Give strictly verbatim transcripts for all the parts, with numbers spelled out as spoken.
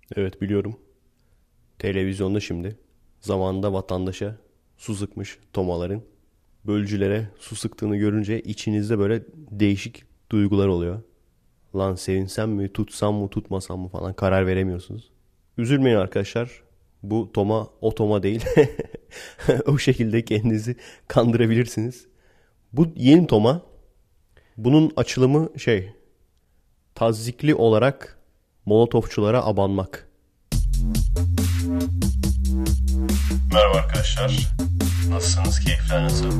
Evet biliyorum. Televizyonda şimdi. Zamanında vatandaşa su sıkmış tomaların. Bölücülere su sıktığını görünce içinizde böyle değişik duygular oluyor. Lan sevinsem mi, tutsam mı, tutmasam mı falan karar veremiyorsunuz. Üzülmeyin arkadaşlar. Bu toma o toma değil. O şekilde kendinizi kandırabilirsiniz. Bu yeni toma. Bunun açılımı şey, tazyikli olarak Molotofçulara abanmak. Merhaba arkadaşlar. Nasılsınız? Keyifler nasıl?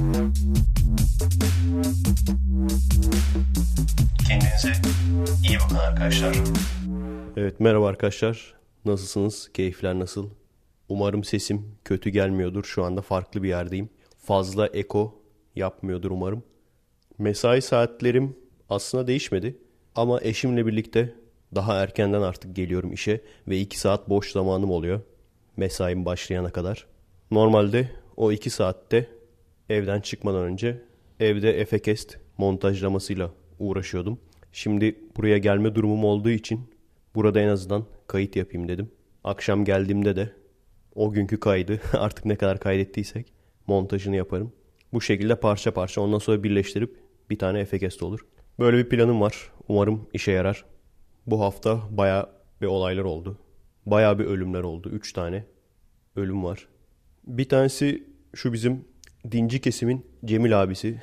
Kendinize iyi bakın arkadaşlar. Evet merhaba arkadaşlar. Nasılsınız? Keyifler nasıl? Umarım sesim kötü gelmiyordur. Şu anda farklı bir yerdeyim. Fazla eko yapmıyordur umarım. Mesai saatlerim aslında değişmedi. Ama eşimle birlikte daha erkenden artık geliyorum işe ve iki saat boş zamanım oluyor. Mesaim başlayana kadar. Normalde o iki saatte evden çıkmadan önce evde Efekest montajlamasıyla uğraşıyordum. Şimdi buraya gelme durumum olduğu için burada en azından kayıt yapayım dedim. Akşam geldiğimde de o günkü kaydı artık ne kadar kaydettiysek montajını yaparım. Bu şekilde parça parça ondan sonra birleştirip bir tane Efekest olur. Böyle bir planım var. Umarım işe yarar. Bu hafta bayağı bir olaylar oldu. Bayağı bir ölümler oldu. Üç tane ölüm var. Bir tanesi şu bizim dinci kesimin Cemil abisi.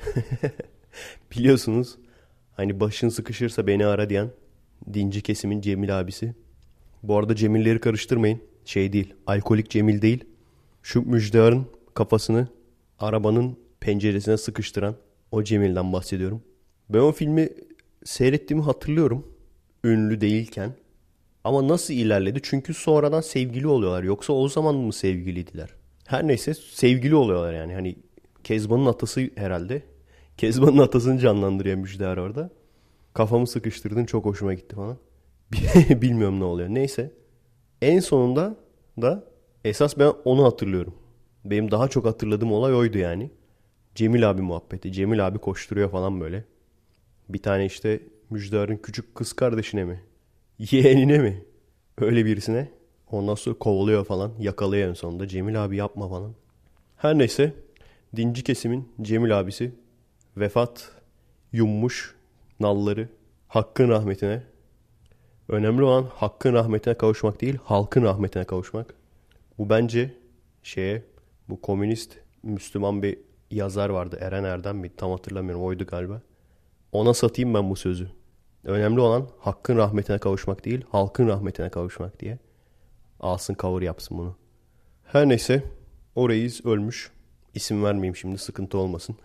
Biliyorsunuz hani başın sıkışırsa beni ara diyen dinci kesimin Cemil abisi. Bu arada Cemilleri karıştırmayın. Şey değil, alkolik Cemil değil. Şu müjdarın kafasını arabanın penceresine sıkıştıran o Cemil'den bahsediyorum. Ben o filmi seyrettiğimi hatırlıyorum. Ünlü değilken. Ama nasıl ilerledi? Çünkü sonradan sevgili oluyorlar. Yoksa o zaman mı sevgiliydiler? Her neyse sevgili oluyorlar yani. Hani Kezban'ın atası herhalde. Kezban'ın atasını canlandırıyor Müjder orada. Kafamı sıkıştırdın çok hoşuma gitti falan. Bilmiyorum ne oluyor. Neyse. En sonunda da esas ben onu hatırlıyorum. Benim daha çok hatırladığım olay oydu yani. Cemil abi muhabbeti. Cemil abi koşturuyor falan böyle. Bir tane işte Müjdar'ın küçük kız kardeşine mi? Yeğenine mi? Öyle birisine. Ondan sonra kovalıyor falan. Yakalıyor en sonunda. Cemil abi yapma falan. Her neyse. Dinci kesimin Cemil abisi vefat yummuş nalları Hakk'ın rahmetine. Önemli olan Hakk'ın rahmetine kavuşmak değil, halkın rahmetine kavuşmak. Bu bence şeye, bu komünist Müslüman bir yazar vardı. Eren Erdem mi? Tam hatırlamıyorum. Oydu galiba. Ona satayım ben bu sözü. Önemli olan Hakk'ın rahmetine kavuşmak değil, halkın rahmetine kavuşmak diye. Alsın kavur yapsın bunu. Her neyse o reis ölmüş. İsim vermeyeyim şimdi sıkıntı olmasın.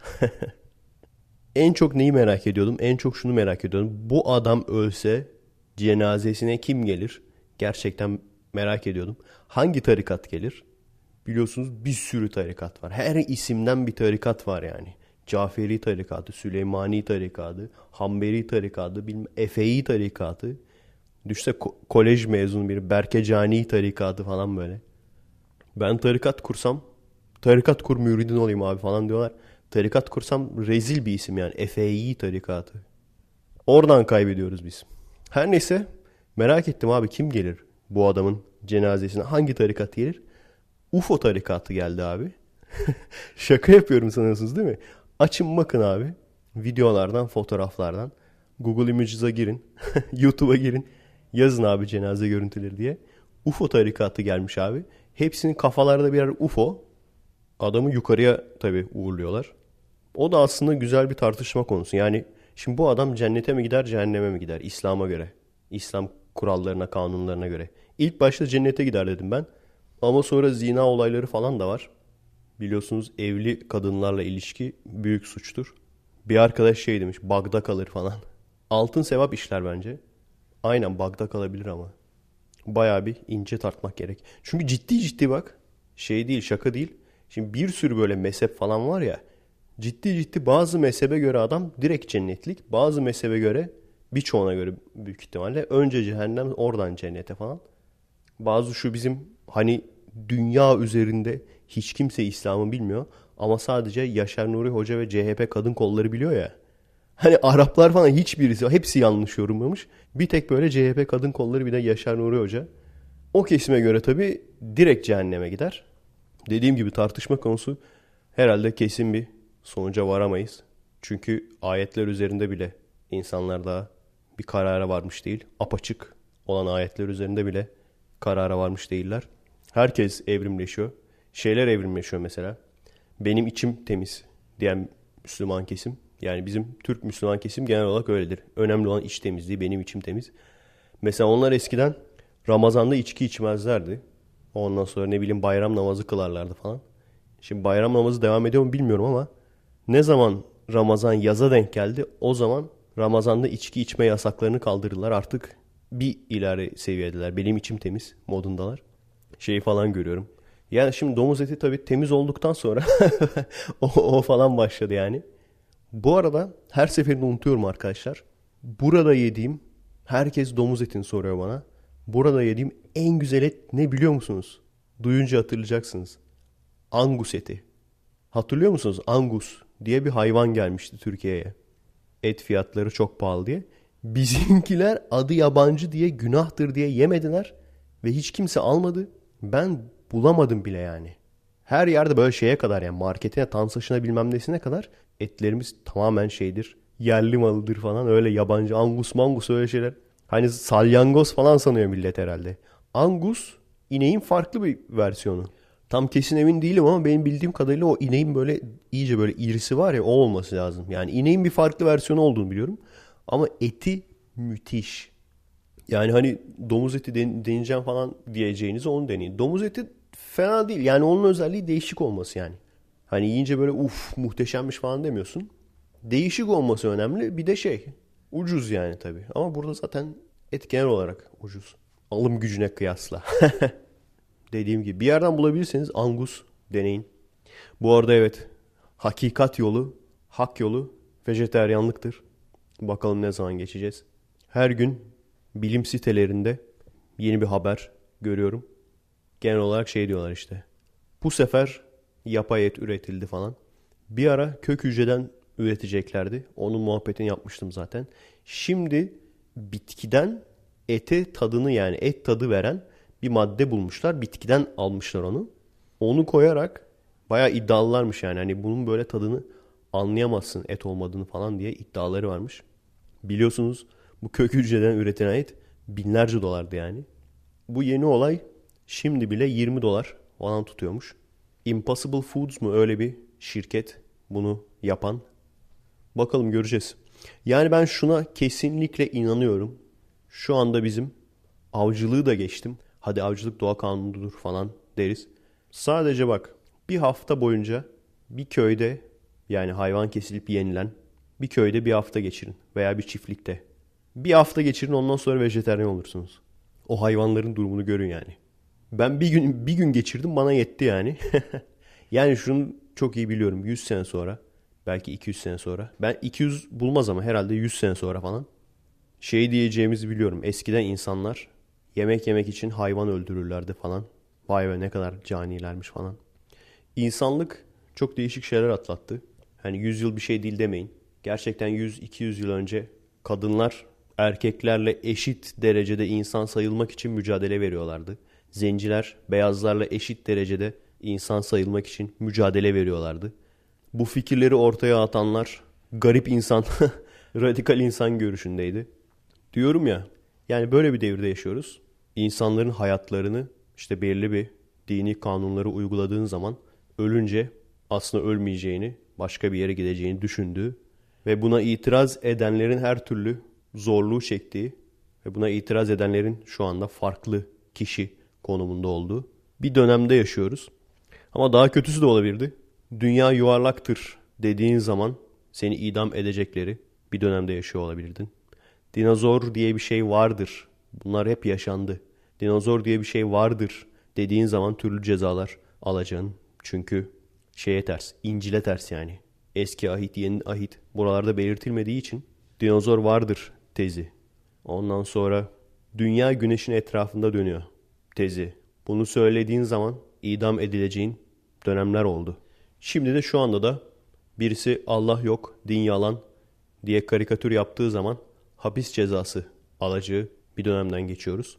En çok neyi merak ediyordum? En çok şunu merak ediyordum. Bu adam ölse cenazesine kim gelir? Gerçekten merak ediyordum. Hangi tarikat gelir? Biliyorsunuz bir sürü tarikat var. Her isimden bir tarikat var yani. Caferi tarikatı, Süleymani tarikatı, Hanberi tarikatı, bilmem, Efe'i tarikatı. Düşse ko- kolej mezunu biri, Berkecani tarikatı falan böyle. Ben tarikat kursam, tarikat kur müridin olayım abi falan diyorlar. Tarikat kursam rezil bir isim yani. Efe'i tarikatı. Oradan kaybediyoruz biz. Her neyse merak ettim abi kim gelir bu adamın cenazesine? Hangi tarikat gelir? U F O tarikatı geldi abi. Şaka yapıyorum sanıyorsunuz değil mi? Açın bakın abi. Videolardan, fotoğraflardan. Google Images'a girin. YouTube'a girin. Yazın abi cenaze görüntüleri diye. U F O tarikatı gelmiş abi. Hepsinin kafalarda birer U F O. Adamı yukarıya tabii uğurluyorlar. O da aslında güzel bir tartışma konusu. Yani şimdi bu adam cennete mi gider, cehenneme mi gider? İslam'a göre. İslam kurallarına, kanunlarına göre. İlk başta cennete gider dedim ben. Ama sonra zina olayları falan da var. Biliyorsunuz evli kadınlarla ilişki büyük suçtur. Bir arkadaş şey demiş, bagda kalır falan. Altın sevap işler bence. Aynen bagda kalabilir ama. Bayağı bir ince tartmak gerek. Çünkü ciddi ciddi bak. Şey değil, şaka değil. Şimdi bir sürü böyle mezhep falan var ya. Ciddi ciddi bazı mezhebe göre adam direkt cennetlik. Bazı mezhebe göre birçoğuna göre büyük ihtimalle önce cehennem oradan cennete falan. Bazı şu bizim hani dünya üzerinde hiç kimse İslam'ı bilmiyor. Ama sadece Yaşar Nuri Hoca ve C H P kadın kolları biliyor ya. Hani Araplar falan hiçbirisi hepsi yanlış yorumlamış. Bir tek böyle C H P kadın kolları bir de Yaşar Nuri Hoca. O kesime göre tabii direkt cehenneme gider. Dediğim gibi tartışma konusu, herhalde kesin bir sonuca varamayız. Çünkü ayetler üzerinde bile insanlar daha bir karara varmış değil. Apaçık olan ayetler üzerinde bile karara varmış değiller. Herkes evrimleşiyor. Şeyler evrimleşiyor mesela. Benim içim temiz diyen Müslüman kesim. Yani bizim Türk Müslüman kesim genel olarak öyledir. Önemli olan iç temizliği, benim içim temiz. Mesela onlar eskiden Ramazan'da içki içmezlerdi. Ondan sonra ne bileyim bayram namazı kılarlardı falan. Şimdi bayram namazı devam ediyor mu bilmiyorum ama ne zaman Ramazan yaza denk geldi, o zaman Ramazan'da içki içme yasaklarını kaldırdılar. Artık bir ileri seviyedeler. Benim içim temiz modundalar. Şeyi falan görüyorum. Yani şimdi domuz eti tabii temiz olduktan sonra o, o falan başladı yani. Bu arada her seferinde unutuyorum arkadaşlar. Burada yediğim, herkes domuz etini soruyor bana. Burada yediğim en güzel et ne biliyor musunuz? Duyunca hatırlayacaksınız. Angus eti. Hatırlıyor musunuz? Angus diye bir hayvan gelmişti Türkiye'ye. Et fiyatları çok pahalı diye. Bizimkiler adı yabancı diye, günahtır diye yemediler. Ve hiç kimse almadı. Ben bulamadım bile yani. Her yerde böyle şeye kadar, yani marketine, Tansaş'ına bilmem nesine kadar etlerimiz tamamen şeydir. Yerli malıdır falan, öyle yabancı Angus mangus öyle şeyler. Hani salyangoz falan sanıyor millet herhalde. Angus ineğin farklı bir versiyonu. Tam kesin emin değilim ama benim bildiğim kadarıyla o ineğin böyle iyice böyle irisi var ya, o olması lazım. Yani ineğin bir farklı versiyonu olduğunu biliyorum. Ama eti müthiş. Yani hani domuz eti den- deneyeceğim falan diyeceğinizi onu deneyin. Domuz eti fena değil. Yani onun özelliği değişik olması yani. Hani yiyince böyle uf muhteşemmiş falan demiyorsun. Değişik olması önemli. Bir de şey, ucuz yani tabii. Ama burada zaten et genel olarak ucuz. Alım gücüne kıyasla. Dediğim gibi bir yerden bulabilirseniz Angus deneyin. Bu arada evet, hakikat yolu, hak yolu vejeteryanlıktır. Bakalım ne zaman geçeceğiz. Her gün bilim sitelerinde yeni bir haber görüyorum. Genel olarak şey diyorlar işte. Bu sefer yapay et üretildi falan. Bir ara kök hücreden üreteceklerdi. Onun muhabbetini yapmıştım zaten. Şimdi bitkiden ete tadını, yani et tadı veren bir madde bulmuşlar. Bitkiden almışlar onu. Onu koyarak bayağı iddialılarmış yani. Hani bunun böyle tadını anlayamazsın et olmadığını falan diye iddiaları varmış. Biliyorsunuz bu kök hücreden üretilen et binlerce dolardı yani. Bu yeni olay şimdi bile yirmi dolar falan tutuyormuş. Impossible Foods mu, öyle bir şirket bunu yapan. Bakalım, göreceğiz. Yani ben şuna kesinlikle inanıyorum. Şu anda bizim avcılığı da geçtim. Hadi avcılık doğa kanunudur falan deriz. Sadece bak, bir hafta boyunca bir köyde, yani hayvan kesilip yenilen bir köyde bir hafta geçirin. Veya bir çiftlikte. Bir hafta geçirin, ondan sonra vejetaryen olursunuz. O hayvanların durumunu görün yani. Ben bir gün bir gün geçirdim, bana yetti yani. Yani şunu çok iyi biliyorum. yüz sene sonra, belki iki yüz sene sonra. Ben iki yüz bulmaz ama herhalde yüz sene sonra falan. Şey diyeceğimizi biliyorum. Eskiden insanlar yemek yemek için hayvan öldürürlerdi falan. Vay be, ne kadar canilermiş falan. İnsanlık çok değişik şeyler atlattı. Hani yüz yıl bir şey değil demeyin. Gerçekten yüz iki yüz yıl önce kadınlar erkeklerle eşit derecede insan sayılmak için mücadele veriyorlardı. Zenciler beyazlarla eşit derecede insan sayılmak için mücadele veriyorlardı. Bu fikirleri ortaya atanlar garip insan, radikal insan görüşündeydi. Diyorum ya, yani böyle bir devirde yaşıyoruz. İnsanların hayatlarını işte belirli bir dini kanunları uyguladığın zaman ölünce aslında ölmeyeceğini, başka bir yere gideceğini düşündüğü ve buna itiraz edenlerin her türlü zorluğu çektiği ve buna itiraz edenlerin şu anda farklı kişi konumunda olduğu bir dönemde yaşıyoruz. Ama daha kötüsü de olabilirdi. Dünya yuvarlaktır dediğin zaman seni idam edecekleri bir dönemde yaşıyor olabilirdin. Dinozor diye bir şey vardır. Bunlar hep yaşandı. Dinozor diye bir şey vardır dediğin zaman türlü cezalar alacaksın. Çünkü şeye ters, İncil'e ters yani. Eski ahit, yeni ahit buralarda belirtilmediği için dinozor vardır tezi. Ondan sonra dünya güneşin etrafında dönüyor tezi. Bunu söylediğin zaman idam edileceğin dönemler oldu. Şimdi de şu anda da birisi Allah yok, din yalan diye karikatür yaptığı zaman hapis cezası alacağı bir dönemden geçiyoruz.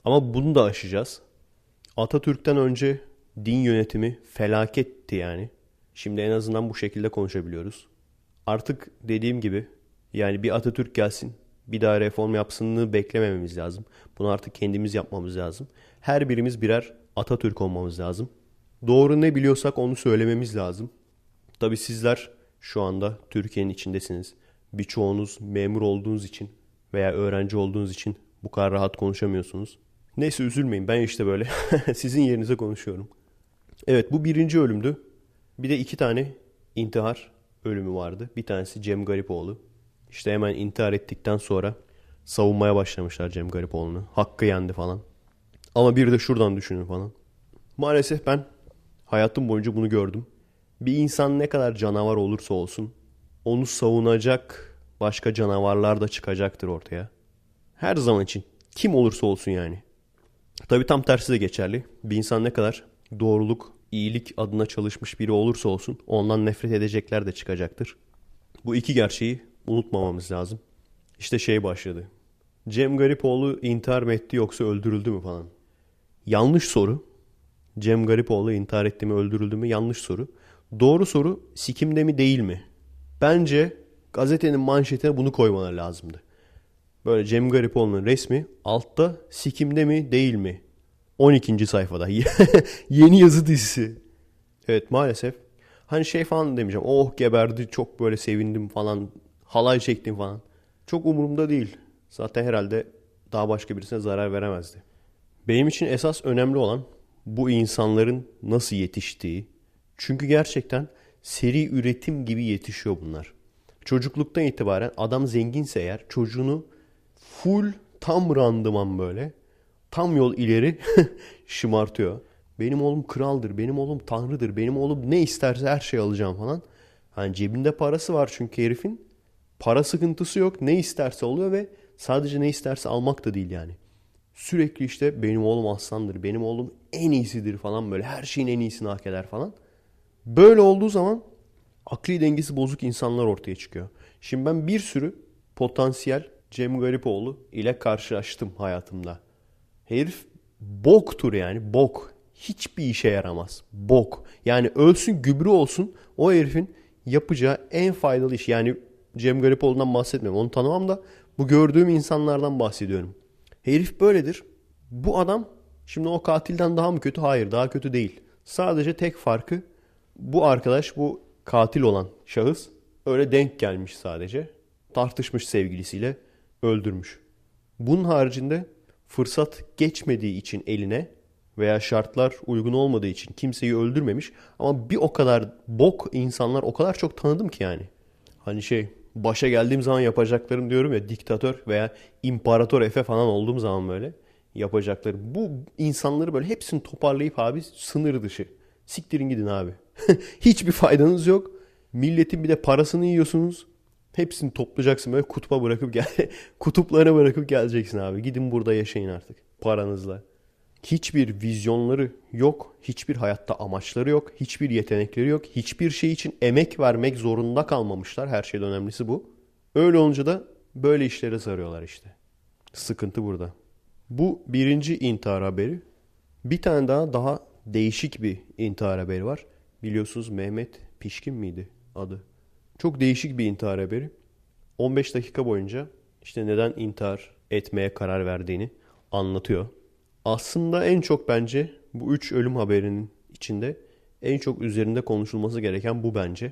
Ama bunu da aşacağız. Atatürk'ten önce din yönetimi felaketti yani. Şimdi en azından bu şekilde konuşabiliyoruz. Artık dediğim gibi yani bir Atatürk gelsin, bir daha reform yapsınını beklemememiz lazım. Bunu artık kendimiz yapmamız lazım. Her birimiz birer Atatürk olmamız lazım. Doğru ne biliyorsak onu söylememiz lazım. Tabii sizler şu anda Türkiye'nin içindesiniz. Birçoğunuz memur olduğunuz için veya öğrenci olduğunuz için bu kadar rahat konuşamıyorsunuz. Neyse üzülmeyin, ben işte böyle sizin yerinize konuşuyorum. Evet, bu birinci ölümdü. Bir de iki tane intihar ölümü vardı. Bir tanesi Cem Garipoğlu. İşte hemen intihar ettikten sonra savunmaya başlamışlar Cem Garipoğlu'nu. Hakkı yendi falan. Ama bir de şuradan düşünün falan. Maalesef ben hayatım boyunca bunu gördüm. Bir insan ne kadar canavar olursa olsun onu savunacak başka canavarlar da çıkacaktır ortaya. Her zaman için kim olursa olsun yani. Tabii tam tersi de geçerli. Bir insan ne kadar doğruluk, iyilik adına çalışmış biri olursa olsun ondan nefret edecekler de çıkacaktır. Bu iki gerçeği unutmamamız lazım. İşte şey başladı. Cem Garipoğlu intihar mı etti yoksa öldürüldü mü falan. Yanlış soru. Cem Garipoğlu intihar etti mi öldürüldü mü? Yanlış soru. Doğru soru sikimde mi değil mi? Bence gazetenin manşetine bunu koymaları lazımdı. Böyle Cem Garipoğlu'nun resmi altta sikimde mi değil mi? on ikinci sayfada. Yeni yazı dizisi. Evet maalesef. Hani şey falan demeyeceğim. Oh geberdi çok böyle sevindim falan. Halay çektim falan. Çok umurumda değil. Zaten herhalde daha başka birisine zarar veremezdi. Benim için esas önemli olan bu insanların nasıl yetiştiği. Çünkü gerçekten seri üretim gibi yetişiyor bunlar. Çocukluktan itibaren adam zenginse eğer çocuğunu full tam randıman böyle tam yol ileri şımartıyor. Benim oğlum kraldır, benim oğlum tanrıdır, benim oğlum ne isterse her şeyi alacağım falan. Hani cebinde parası var çünkü herifin. Para sıkıntısı yok, ne isterse oluyor ve sadece ne isterse almak da değil yani. Sürekli işte benim oğlum aslandır, benim oğlum en iyisidir falan böyle her şeyin en iyisini hak eder falan. Böyle olduğu zaman akli dengesi bozuk insanlar ortaya çıkıyor. Şimdi ben bir sürü potansiyel Cem Garipoğlu ile karşılaştım hayatımda. Herif boktur yani bok. Hiçbir işe yaramaz. Bok. Yani ölsün gübre olsun o herifin yapacağı en faydalı iş. Yani Cem Garipoğlu'ndan bahsetmiyorum. Onu tanımam da bu gördüğüm insanlardan bahsediyorum. Herif böyledir. Bu adam şimdi o katilden daha mı kötü? Hayır, daha kötü değil. Sadece tek farkı bu arkadaş, bu katil olan şahıs öyle denk gelmiş sadece. Tartışmış sevgilisiyle öldürmüş. Bunun haricinde fırsat geçmediği için eline veya şartlar uygun olmadığı için kimseyi öldürmemiş. Ama bir o kadar bok insanlar o kadar çok tanıdım ki yani. Hani şey başa geldiğim zaman yapacaklarım diyorum ya, diktatör veya imparator Efe falan olduğum zaman böyle yapacaklarım. Bu insanları böyle hepsini toparlayıp abi sınır dışı. Siktirin gidin abi. Hiçbir faydanız yok. Milletin bir de parasını yiyorsunuz. Hepsini toplayacaksın böyle kutba bırakıp gel. Kutuplara bırakıp geleceksin abi. Gidin burada yaşayın artık paranızla. Hiçbir vizyonları yok. Hiçbir hayatta amaçları yok. Hiçbir yetenekleri yok. Hiçbir şey için emek vermek zorunda kalmamışlar. Her şeyden önemlisi bu. Öyle olunca da böyle işlere sarıyorlar işte. Sıkıntı burada. Bu birinci intihar haberi. Bir tane daha daha değişik bir intihar haberi var. Biliyorsunuz Mehmet Pişkin miydi adı? Çok değişik bir intihar haberi. on beş dakika boyunca işte neden intihar etmeye karar verdiğini anlatıyor. Aslında en çok bence bu üç ölüm haberinin içinde en çok üzerinde konuşulması gereken bu bence.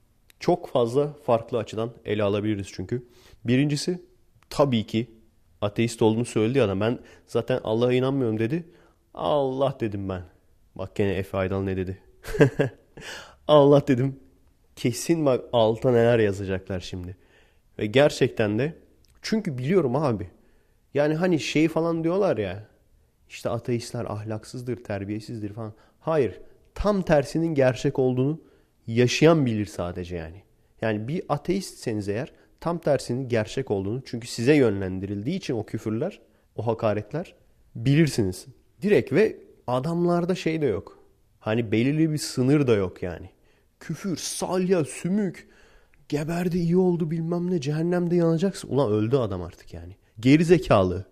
Çok fazla farklı açıdan ele alabiliriz çünkü. Birincisi tabii ki ateist olduğunu söyledi adam. Ben zaten Allah'a inanmıyorum dedi. Allah dedim ben. Bak gene Efe Aydal ne dedi. Allah dedim. Kesin bak alta neler yazacaklar şimdi. Ve gerçekten de çünkü biliyorum abi. Yani hani şey falan diyorlar ya. İşte ateistler ahlaksızdır, terbiyesizdir falan. Hayır. Tam tersinin gerçek olduğunu yaşayan bilir sadece yani. Yani bir ateistseniz eğer tam tersinin gerçek olduğunu çünkü size yönlendirildiği için o küfürler, o hakaretler bilirsiniz. Direkt ve adamlarda şey de yok. Hani belirli bir sınır da yok yani. Küfür, salya, sümük, geberdi iyi oldu bilmem ne cehennemde yanacaksın. Ulan öldü adam artık yani. Geri zekalı.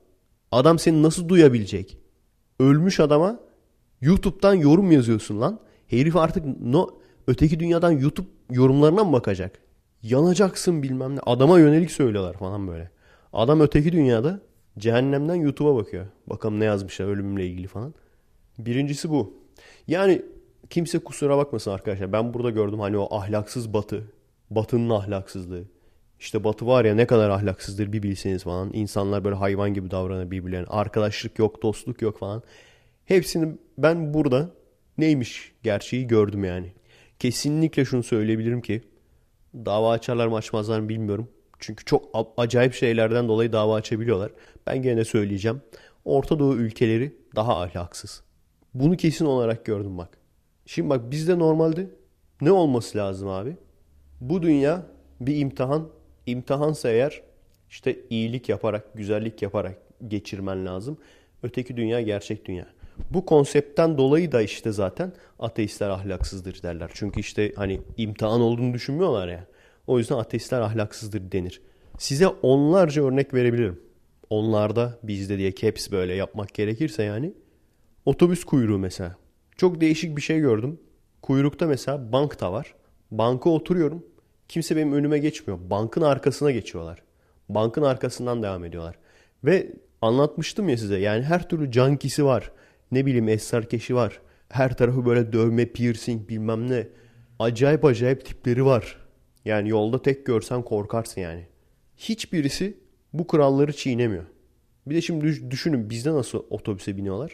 Adam seni nasıl duyabilecek? Ölmüş adama YouTube'dan yorum yazıyorsun lan. Herif artık no, öteki dünyadan YouTube yorumlarına mı bakacak? Yanacaksın bilmem ne. Adama yönelik söylüyorlar falan böyle. Adam öteki dünyada cehennemden YouTube'a bakıyor. Bakalım ne yazmışlar ölümümle ilgili falan. Birincisi bu. Yani kimse kusura bakmasın arkadaşlar. Ben burada gördüm hani o ahlaksız Batı. Batı'nın ahlaksızlığı. İşte Batı var ya ne kadar ahlaksızdır bir bilseniz falan. İnsanlar böyle hayvan gibi davranır birbirlerine. Arkadaşlık yok, dostluk yok falan. Hepsini ben burada neymiş gerçeği gördüm yani. Kesinlikle şunu söyleyebilirim ki dava açarlar mı açmazlar mı bilmiyorum. Çünkü çok acayip şeylerden dolayı dava açabiliyorlar. Ben gene söyleyeceğim. Orta Doğu ülkeleri daha ahlaksız. Bunu kesin olarak gördüm bak. Şimdi bak bizde normalde ne olması lazım abi? Bu dünya bir imtihan. İmtihansa eğer işte iyilik yaparak, güzellik yaparak geçirmen lazım. Öteki dünya gerçek dünya. Bu konseptten dolayı da işte zaten ateistler ahlaksızdır derler. Çünkü işte hani imtihan olduğunu düşünmüyorlar ya. O yüzden ateistler ahlaksızdır denir. Size onlarca örnek verebilirim. Onlarda bizde diye caps böyle yapmak gerekirse yani. Otobüs kuyruğu mesela. Çok değişik bir şey gördüm. Kuyrukta mesela bank da var. Banka oturuyorum. Kimse benim önüme geçmiyor. Bankın arkasına geçiyorlar. Bankın arkasından devam ediyorlar. Ve anlatmıştım ya size. Yani her türlü cankisi var. Ne bileyim esrarkeşi var. Her tarafı böyle dövme, piercing bilmem ne. Acayip acayip tipleri var. Yani yolda tek görsen korkarsın yani. Hiçbirisi bu kuralları çiğnemiyor. Bir de şimdi düşünün bizde nasıl otobüse biniyorlar.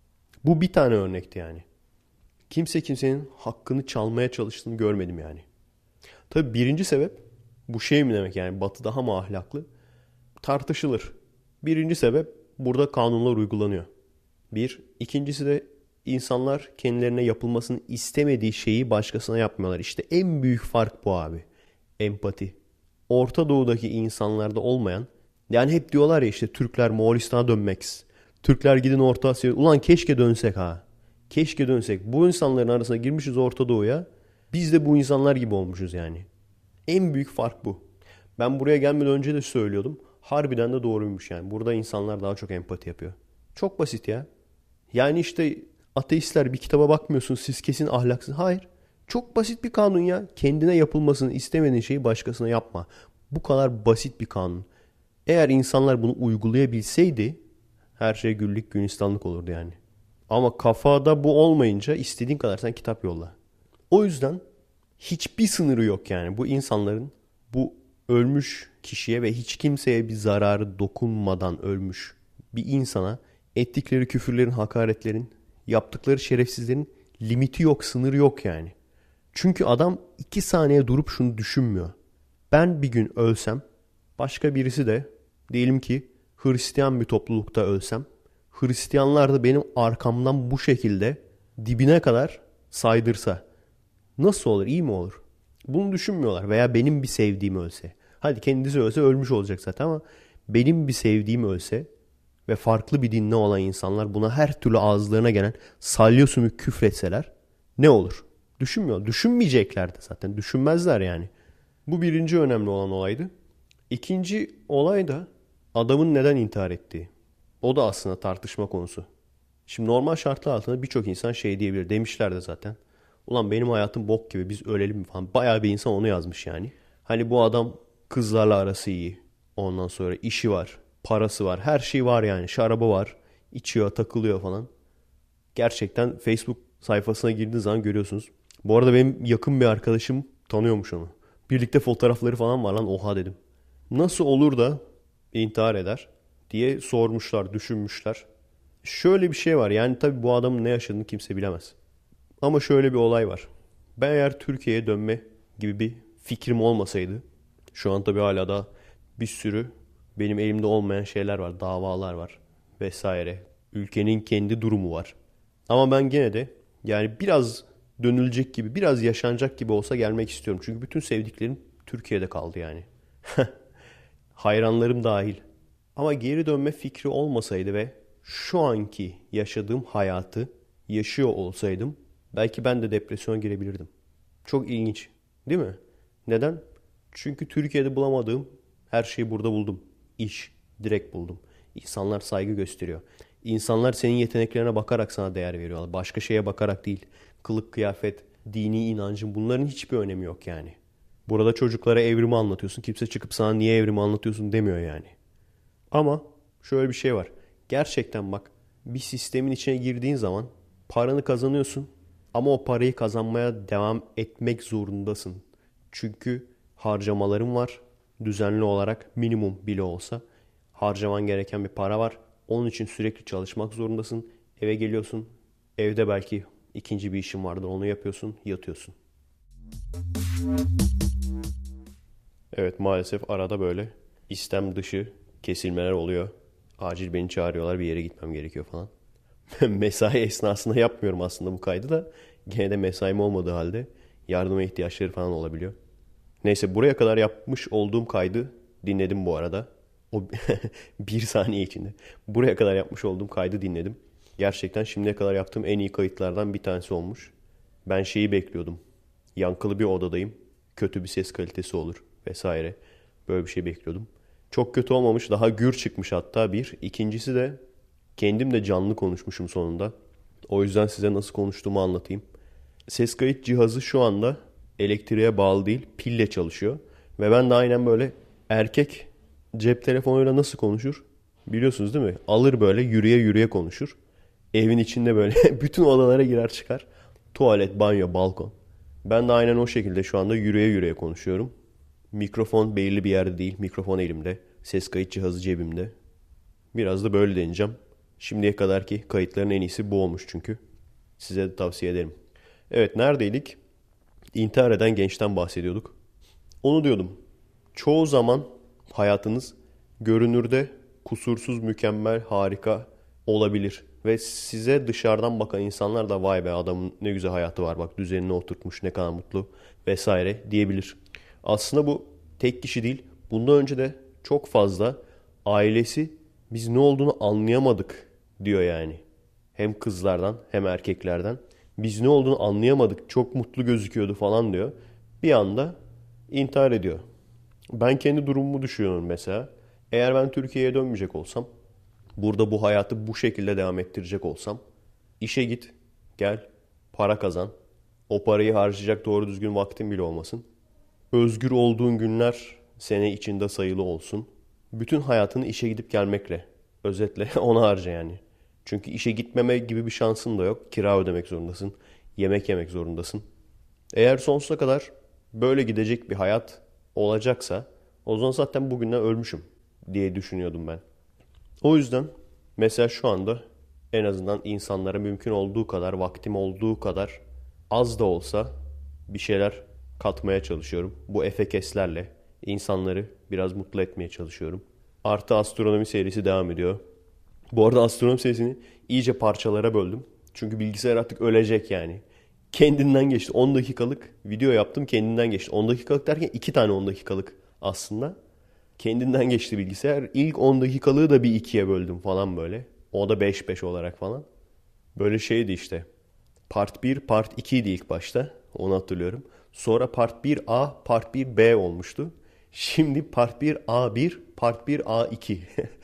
Bu bir tane örnekti yani. Kimse kimsenin hakkını çalmaya çalıştığını görmedim yani. Tabii birinci sebep bu şey mi demek yani Batı daha mı ahlaklı? Tartışılır. Birinci sebep burada kanunlar uygulanıyor. Bir. İkincisi de insanlar kendilerine yapılmasını istemediği şeyi başkasına yapmıyorlar. İşte en büyük fark bu abi. Empati. Orta Doğu'daki insanlarda olmayan, yani hep diyorlar ya işte Türkler Moğolistan'a dönmek. Türkler gidin Orta Asya'ya. Ulan keşke dönsek ha. Keşke dönsek. Bu insanların arasına girmişiz Orta Doğu'ya. Biz de bu insanlar gibi olmuşuz yani. En büyük fark bu. Ben buraya gelmeden önce de söylüyordum. Harbiden de doğruymuş yani. Burada insanlar daha çok empati yapıyor. Çok basit ya. Yani işte ateistler bir kitaba bakmıyorsun siz kesin ahlaksız. Hayır. Çok basit bir kanun ya. Kendine yapılmasını istemediğin şeyi başkasına yapma. Bu kadar basit bir kanun. Eğer insanlar bunu uygulayabilseydi her şey güllük gülistanlık olurdu yani. Ama kafada bu olmayınca istediğin kadar sen kitap yolla. O yüzden hiçbir sınırı yok yani. Bu insanların bu ölmüş kişiye ve hiç kimseye bir zararı dokunmadan ölmüş bir insana ettikleri küfürlerin, hakaretlerin, yaptıkları şerefsizlerin limiti yok, sınırı yok yani. Çünkü adam iki saniye durup şunu düşünmüyor. Ben bir gün ölsem, başka birisi de diyelim ki Hristiyan bir toplulukta ölsem, Hristiyanlar da benim arkamdan bu şekilde dibine kadar saydırsa nasıl olur, iyi mi olur? Bunu düşünmüyorlar veya benim bir sevdiğim ölse. Hadi kendisi ölse ölmüş olacak zaten ama benim bir sevdiğim ölse ve farklı bir dinle olan insanlar buna her türlü ağızlarına gelen salya sümük küfretseler ne olur? Düşünmüyor. Düşünmeyecekler de zaten. Düşünmezler yani. Bu birinci önemli olan olaydı. İkinci olay da adamın neden intihar ettiği. O da aslında tartışma konusu. Şimdi normal şartlar altında birçok insan şey diyebilir. Demişler de zaten. Ulan benim hayatım bok gibi biz ölelim mi falan. Bayağı bir insan onu yazmış yani. Hani bu adam kızlarla arası iyi. Ondan sonra işi var. Parası var. Her şey var yani. Şarabı var. İçiyor, takılıyor falan. Gerçekten Facebook sayfasına girdiğiniz zaman görüyorsunuz. Bu arada benim yakın bir arkadaşım tanıyormuş onu. Birlikte fotoğrafları falan var lan oha dedim. Nasıl olur da intihar eder diye sormuşlar, düşünmüşler. Şöyle bir şey var yani tabii bu adamın ne yaşadığını kimse bilemez. Ama şöyle bir olay var. Ben eğer Türkiye'ye dönme gibi bir fikrim olmasaydı, şu an tabii hala da bir sürü benim elimde olmayan şeyler var, davalar var vesaire. Ülkenin kendi durumu var. Ama ben gene de yani biraz dönülecek gibi, biraz yaşanacak gibi olsa gelmek istiyorum. Çünkü bütün sevdiklerim Türkiye'de kaldı yani. Hayranlarım dahil. Ama geri dönme fikri olmasaydı ve şu anki yaşadığım hayatı yaşıyor olsaydım belki ben de depresyona girebilirdim. Çok ilginç, değil mi? Neden? Çünkü Türkiye'de bulamadığım her şeyi burada buldum. İş, direkt buldum. İnsanlar saygı gösteriyor. İnsanlar senin yeteneklerine bakarak sana değer veriyorlar. Başka şeye bakarak değil. Kılık, kıyafet, dini inancın, bunların hiçbir önemi yok yani. Burada çocuklara evrimi anlatıyorsun. Kimse çıkıp sana niye evrimi anlatıyorsun demiyor yani. Ama şöyle bir şey var. Gerçekten bak, bir sistemin içine girdiğin zaman paranı kazanıyorsun ama o parayı kazanmaya devam etmek zorundasın. Çünkü harcamaların var. Düzenli olarak minimum bile olsa harcaman gereken bir para var. Onun için sürekli çalışmak zorundasın. Eve geliyorsun. Evde belki ikinci bir işin vardır. Onu yapıyorsun, yatıyorsun. Evet, maalesef arada böyle istem dışı kesilmeler oluyor. Acil beni çağırıyorlar, bir yere gitmem gerekiyor falan. Mesai esnasında yapmıyorum aslında bu kaydı da. Gene de mesaim olmadığı halde yardıma ihtiyaçları falan olabiliyor. Neyse, buraya kadar yapmış olduğum kaydı dinledim bu arada. O bir saniye içinde. Buraya kadar yapmış olduğum kaydı dinledim. Gerçekten şimdiye kadar yaptığım en iyi kayıtlardan bir tanesi olmuş. Ben şeyi bekliyordum. Yankılı bir odadayım. Kötü bir ses kalitesi olur vesaire. Böyle bir şey bekliyordum. Çok kötü olmamış. Daha gür çıkmış hatta bir. İkincisi de kendim de canlı konuşmuşum sonunda. O yüzden size nasıl konuştuğumu anlatayım. Ses kayıt cihazı şu anda elektriğe bağlı değil, pille çalışıyor. Ve ben de aynen böyle erkek cep telefonuyla nasıl konuşur? Biliyorsunuz değil mi? Alır böyle yürüye yürüye konuşur. Evin içinde böyle bütün odalara girer çıkar. Tuvalet, banyo, balkon. Ben de aynen o şekilde şu anda yürüye yürüye konuşuyorum. Mikrofon belirli bir yerde değil. Mikrofon elimde. Ses kayıt cihazı cebimde. Biraz da böyle deneyeceğim. Şimdiye kadarki kayıtların en iyisi bu olmuş çünkü. Size de tavsiye ederim. Evet, neredeydik? İntihar eden gençten bahsediyorduk. Onu diyordum. Çoğu zaman hayatınız görünürde kusursuz, mükemmel, harika olabilir. Ve size dışarıdan bakan insanlar da vay be, adamın ne güzel hayatı var, bak düzenine oturtmuş, ne kadar mutlu vesaire diyebilir. Aslında bu tek kişi değil. Bundan önce de çok fazla ailesi biz ne olduğunu anlayamadık diyor yani. Hem kızlardan hem erkeklerden. Biz ne olduğunu anlayamadık, çok mutlu gözüküyordu falan diyor. Bir anda intihar ediyor. Ben kendi durumumu düşünüyorum mesela. Eğer ben Türkiye'ye dönmeyecek olsam, burada bu hayatı bu şekilde devam ettirecek olsam, işe git, gel, para kazan. O parayı harcayacak doğru düzgün vaktin bile olmasın. Özgür olduğun günler sene içinde sayılı olsun. Bütün hayatını işe gidip gelmekle, özetle ona harca yani. Çünkü işe gitmeme gibi bir şansın da yok. Kira ödemek zorundasın. Yemek yemek zorundasın. Eğer sonsuza kadar böyle gidecek bir hayat olacaksa, o zaman zaten bugünden ölmüşüm diye düşünüyordum ben. O yüzden mesela şu anda en azından insanlara mümkün olduğu kadar, vaktim olduğu kadar az da olsa bir şeyler katmaya çalışıyorum. Bu efekeslerle insanları biraz mutlu etmeye çalışıyorum. Artı astronomi serisi devam ediyor. Bu arada astronomi serisini iyice parçalara böldüm. Çünkü bilgisayar artık ölecek yani. Kendinden geçti. on dakikalık video yaptım, kendinden geçti. on dakikalık derken iki tane on dakikalık aslında. Kendinden geçti bilgisayar. İlk on dakikalığı da bir ikiye böldüm falan böyle. O da beş beş olarak falan. Böyle şeydi işte. Part bir, Part iki idi ilk başta. Onu hatırlıyorum. Sonra Part bir A, Part bir B olmuştu. Şimdi Part bir A bir, Part bir A iki.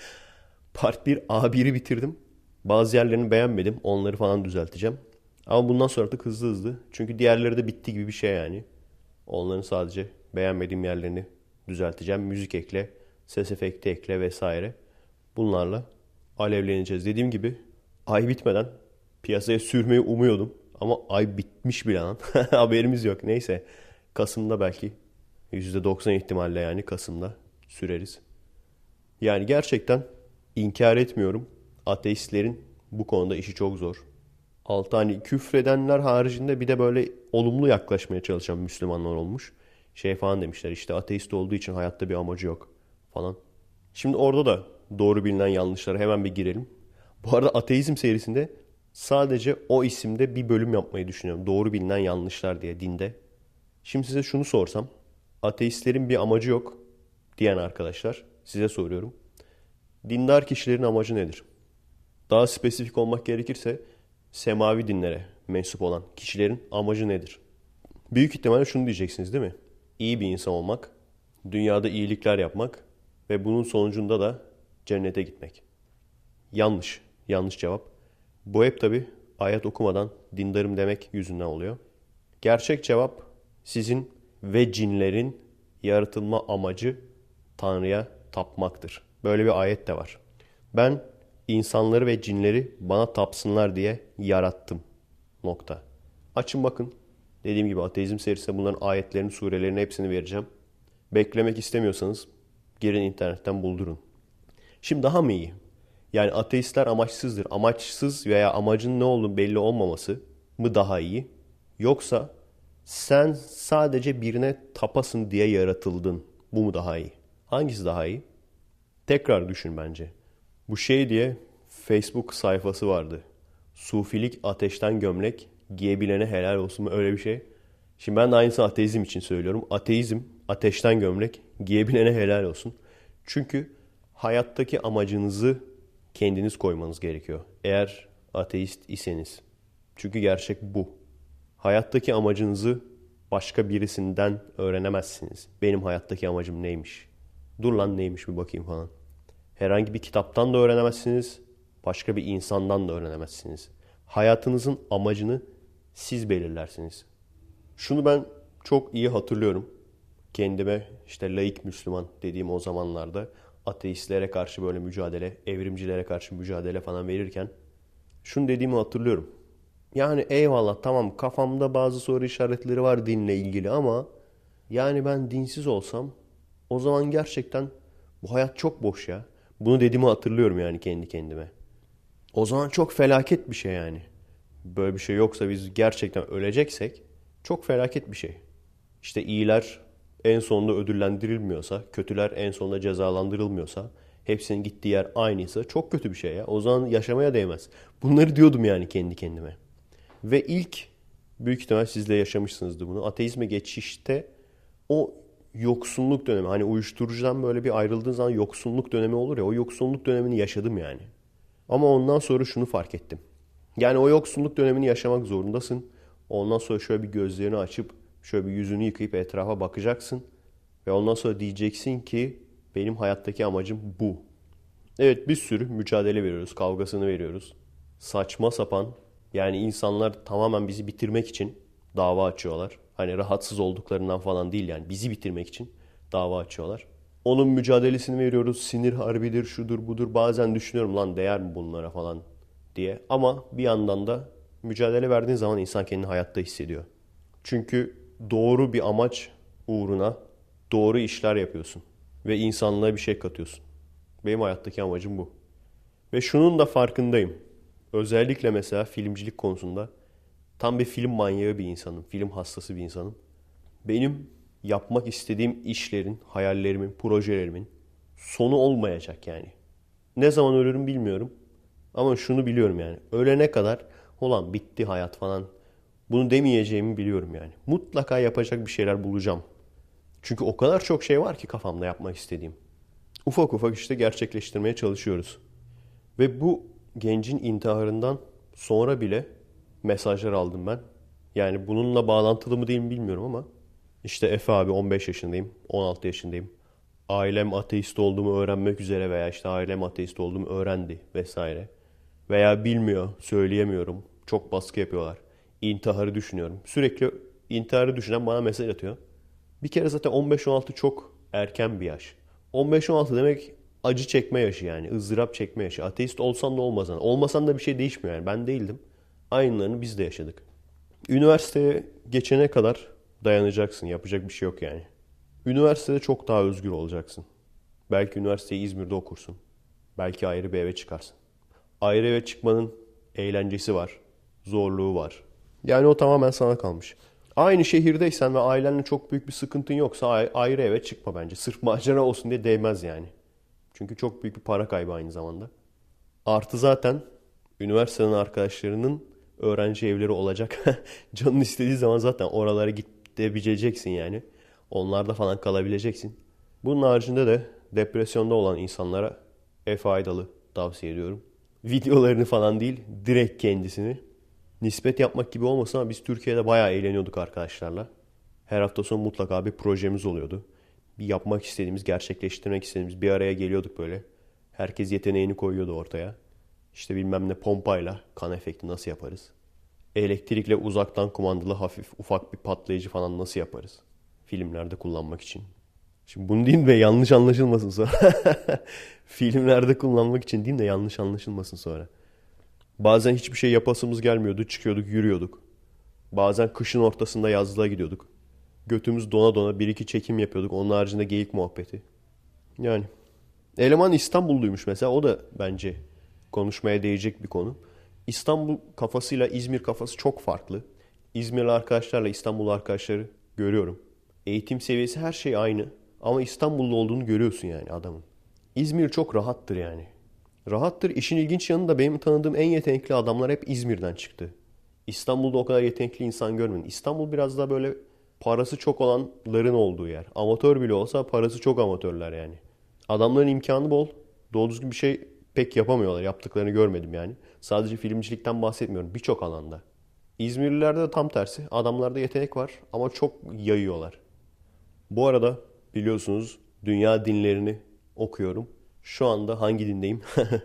Part bir A bir'i bitirdim. Bazı yerlerini beğenmedim. Onları falan düzelteceğim. Ama bundan sonra artık hızlı hızlı. Çünkü diğerleri de bitti gibi bir şey yani. Onların sadece beğenmediğim yerlerini düzelteceğim. Müzik ekle, ses efekti ekle vesaire. Bunlarla alevleneceğiz. Dediğim gibi ay bitmeden piyasaya sürmeyi umuyordum. Ama ay bitmiş bile lan. Haberimiz yok. Neyse. Kasım'da belki yüzde doksan ihtimalle yani Kasım'da süreriz. Yani gerçekten inkar etmiyorum. Ateistlerin bu konuda işi çok zor. Altı hani küfredenler haricinde bir de böyle olumlu yaklaşmaya çalışan Müslümanlar olmuş. Şey falan demişler işte, ateist olduğu için hayatta bir amacı yok falan. Şimdi orada da doğru bilinen yanlışlara hemen bir girelim. Bu arada ateizm serisinde sadece o isimde bir bölüm yapmayı düşünüyorum. Doğru bilinen yanlışlar diye dinde. Şimdi size şunu sorsam. Ateistlerin bir amacı yok diyen arkadaşlar, size soruyorum. Dindar kişilerin amacı nedir? Daha spesifik olmak gerekirse semavi dinlere mensup olan kişilerin amacı nedir? Büyük ihtimalle şunu diyeceksiniz değil mi? İyi bir insan olmak, dünyada iyilikler yapmak ve bunun sonucunda da cennete gitmek. Yanlış. Yanlış cevap. Bu hep tabii ayet okumadan dindarım demek yüzünden oluyor. Gerçek cevap sizin ve cinlerin yaratılma amacı Tanrı'ya tapmaktır. Böyle bir ayet de var. Ben insanları ve cinleri bana tapsınlar diye yarattım. Nokta. Açın bakın. Dediğim gibi ateizm serisinde bunların ayetlerini, surelerini hepsini vereceğim. Beklemek istemiyorsanız girin internetten buldurun. Şimdi daha mı iyi? Yani ateistler amaçsızdır. Amaçsız veya amacın ne olduğunu belli olmaması mı daha iyi? Yoksa sen sadece birine tapasın diye yaratıldın. Bu mu daha iyi? Hangisi daha iyi? Tekrar düşün bence. Bu şey diye Facebook sayfası vardı. Sufilik ateşten gömlek, giyebilene helal olsun mu, öyle bir şey. Şimdi ben de aynısını ateizm için söylüyorum. Ateizm ateşten gömlek, giyebilene helal olsun. Çünkü hayattaki amacınızı kendiniz koymanız gerekiyor. Eğer ateist iseniz. Çünkü gerçek bu. Hayattaki amacınızı başka birisinden öğrenemezsiniz. Benim hayattaki amacım neymiş? Dur lan neymiş bir bakayım falan. Herhangi bir kitaptan da öğrenemezsiniz. Başka bir insandan da öğrenemezsiniz. Hayatınızın amacını siz belirlersiniz. Şunu ben çok iyi hatırlıyorum. Kendime işte laik Müslüman dediğim o zamanlarda ateistlere karşı böyle mücadele, evrimcilere karşı mücadele falan verirken şunu dediğimi hatırlıyorum. Yani eyvallah tamam kafamda bazı soru işaretleri var dinle ilgili ama yani ben dinsiz olsam o zaman gerçekten bu hayat çok boş ya. Bunu dediğimi hatırlıyorum yani kendi kendime. O zaman çok felaket bir şey yani. Böyle bir şey yoksa biz gerçekten öleceksek çok felaket bir şey. İşte iyiler en sonunda ödüllendirilmiyorsa, kötüler en sonunda cezalandırılmıyorsa, hepsinin gittiği yer aynıysa çok kötü bir şey ya. O zaman yaşamaya değmez. Bunları diyordum yani kendi kendime. Ve ilk büyük ihtimal siz de yaşamışsınızdır bunu. Ateizme geçişte o yoksunluk dönemi, hani uyuşturucudan böyle bir ayrıldığın zaman yoksunluk dönemi olur ya, o yoksunluk dönemini yaşadım yani. Ama ondan sonra şunu fark ettim. Yani o yoksunluk dönemini yaşamak zorundasın. Ondan sonra şöyle bir gözlerini açıp, şöyle bir yüzünü yıkayıp etrafa bakacaksın. Ve ondan sonra diyeceksin ki benim hayattaki amacım bu. Evet bir sürü mücadele veriyoruz, kavgasını veriyoruz. Saçma sapan, yani insanlar tamamen bizi bitirmek için dava açıyorlar. Hani rahatsız olduklarından falan değil yani bizi bitirmek için dava açıyorlar. Onun mücadelesini veriyoruz. Sinir harbidir, şudur budur. Bazen düşünüyorum lan değer mi bunlara falan diye. Ama bir yandan da mücadele verdiğin zaman insan kendini hayatta hissediyor. Çünkü doğru bir amaç uğruna doğru işler yapıyorsun. Ve insanlığa bir şey katıyorsun. Benim hayattaki amacım bu. Ve şunun da farkındayım. Özellikle mesela filmcilik konusunda tam bir film manyağı bir insanım. Film hastası bir insanım. Benim yapmak istediğim işlerin, hayallerimin, projelerimin sonu olmayacak yani. Ne zaman ölürüm bilmiyorum. Ama şunu biliyorum yani. Ölene kadar ulan bitti hayat falan. Bunu demeyeceğimi biliyorum yani. Mutlaka yapacak bir şeyler bulacağım. Çünkü o kadar çok şey var ki kafamda yapmak istediğim. Ufak ufak işte gerçekleştirmeye çalışıyoruz. Ve bu gencin intiharından sonra bile mesajlar aldım ben. Yani bununla bağlantılı mı değil mi bilmiyorum ama işte Efe abi on beş yaşındayım, on altı yaşındayım. Ailem ateist olduğumu öğrenmek üzere veya işte ailem ateist olduğumu öğrendi vesaire. Veya bilmiyor, söyleyemiyorum. Çok baskı yapıyorlar. İntiharı düşünüyorum. Sürekli intiharı düşünen bana mesaj atıyor. Bir kere zaten on beş on altı çok erken bir yaş. on beş on altı demek acı çekme yaşı yani. ızdırap çekme yaşı. Ateist olsan da olmasan. Olmasan da bir şey değişmiyor yani. Ben değildim. Aynılarını biz de yaşadık. Üniversiteye geçene kadar dayanacaksın. Yapacak bir şey yok yani. Üniversitede çok daha özgür olacaksın. Belki üniversiteyi İzmir'de okursun. Belki ayrı bir eve çıkarsın. Ayrı eve çıkmanın eğlencesi var. Zorluğu var. Yani o tamamen sana kalmış. Aynı şehirdeysen ve ailenle çok büyük bir sıkıntın yoksa ayrı eve çıkma bence. Sırf macera olsun diye değmez yani. Çünkü çok büyük bir para kaybı aynı zamanda. Artı zaten üniversiteden arkadaşlarının öğrenci evleri olacak. Canın istediği zaman zaten oralara gidebileceksin yani. Onlarda falan kalabileceksin. Bunun haricinde de depresyonda olan insanlara Efe Aydal'ı tavsiye ediyorum. Videolarını falan değil, direkt kendisini. Nispet yapmak gibi olmasın ama biz Türkiye'de bayağı eğleniyorduk arkadaşlarla. Her hafta sonu mutlaka bir projemiz oluyordu. Bir yapmak istediğimiz, gerçekleştirmek istediğimiz bir araya geliyorduk böyle. Herkes yeteneğini koyuyordu ortaya. İşte bilmem ne pompayla kan efekti nasıl yaparız? Elektrikle uzaktan kumandalı hafif ufak bir patlayıcı falan nasıl yaparız? Filmlerde kullanmak için. Şimdi bunu diyeyim de yanlış anlaşılmasın sonra. Filmlerde kullanmak için diyeyim de yanlış anlaşılmasın sonra. Bazen hiçbir şey yapasımız gelmiyordu. Çıkıyorduk, yürüyorduk. Bazen kışın ortasında yazlığa gidiyorduk. Götümüz dona dona bir iki çekim yapıyorduk. Onun haricinde geyik muhabbeti. Yani eleman İstanbulluymuş mesela. O da bence konuşmaya değecek bir konu. İstanbul kafasıyla İzmir kafası çok farklı. İzmirli arkadaşlarla İstanbullu arkadaşları görüyorum. Eğitim seviyesi her şey aynı. Ama İstanbullu olduğunu görüyorsun yani adamın. İzmir çok rahattır yani. Rahattır. İşin ilginç yanı da benim tanıdığım en yetenekli adamlar hep İzmir'den çıktı. İstanbul'da o kadar yetenekli insan görmedim. İstanbul biraz daha böyle parası çok olanların olduğu yer. Amatör bile olsa parası çok amatörler yani. Adamların imkanı bol. Doğru düzgün bir şey pek yapamıyorlar. Yaptıklarını görmedim yani. Sadece filmcilikten bahsetmiyorum. Birçok alanda. İzmirlilerde de tam tersi. Adamlarda yetenek var ama çok yayıyorlar. Bu arada biliyorsunuz dünya dinlerini okuyorum. Şu anda hangi dindeyim?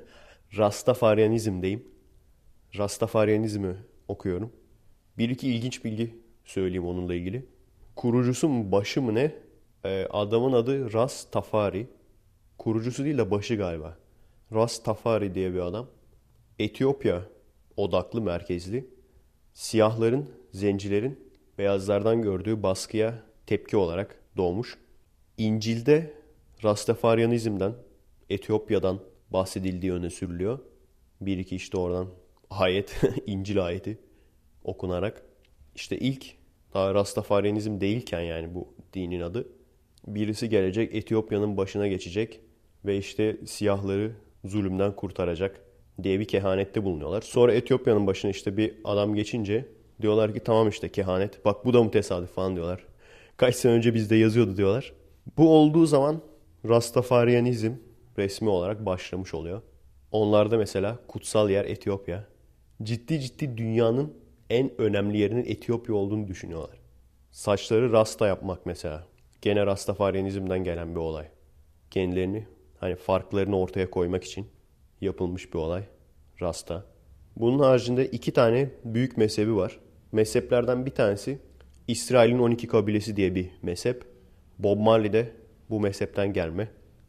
Rastafarianizmdeyim. Rastafarianizmi okuyorum. Bir iki ilginç bilgi söyleyeyim onunla ilgili. Kurucusu mu başı mı ne? Ee, adamın adı Rastafari. Kurucusu değil de başı galiba. Rastafari diye bir adam. Etiyopya odaklı merkezli. Siyahların, zencilerin beyazlardan gördüğü baskıya tepki olarak doğmuş. İncil'de Rastafarianizm'den, Etiyopya'dan bahsedildiği öne sürülüyor. Bir iki işte oradan ayet, İncil ayeti okunarak. İşte ilk daha Rastafarianizm değilken yani bu dinin adı. Birisi gelecek Etiyopya'nın başına geçecek ve işte siyahları zulümden kurtaracak diye bir kehanette bulunuyorlar. Sonra Etiyopya'nın başına işte bir adam geçince diyorlar ki tamam işte kehanet. Bak bu da mı tesadüf falan diyorlar. Kaç sene önce bizde yazıyordu diyorlar. Bu olduğu zaman Rastafarianizm resmi olarak başlamış oluyor. Onlarda mesela kutsal yer Etiyopya. Ciddi ciddi dünyanın en önemli yerinin Etiyopya olduğunu düşünüyorlar. Saçları rasta yapmak mesela. Gene Rastafarianizm'den gelen bir olay. Kendilerini hani farklarını ortaya koymak için yapılmış bir olay. Rasta. Bunun haricinde iki tane büyük mezhebi var. Mezheplerden bir tanesi İsrail'in on iki kabilesi diye bir mezhep. Bob Marley de bu mezhepten gelme.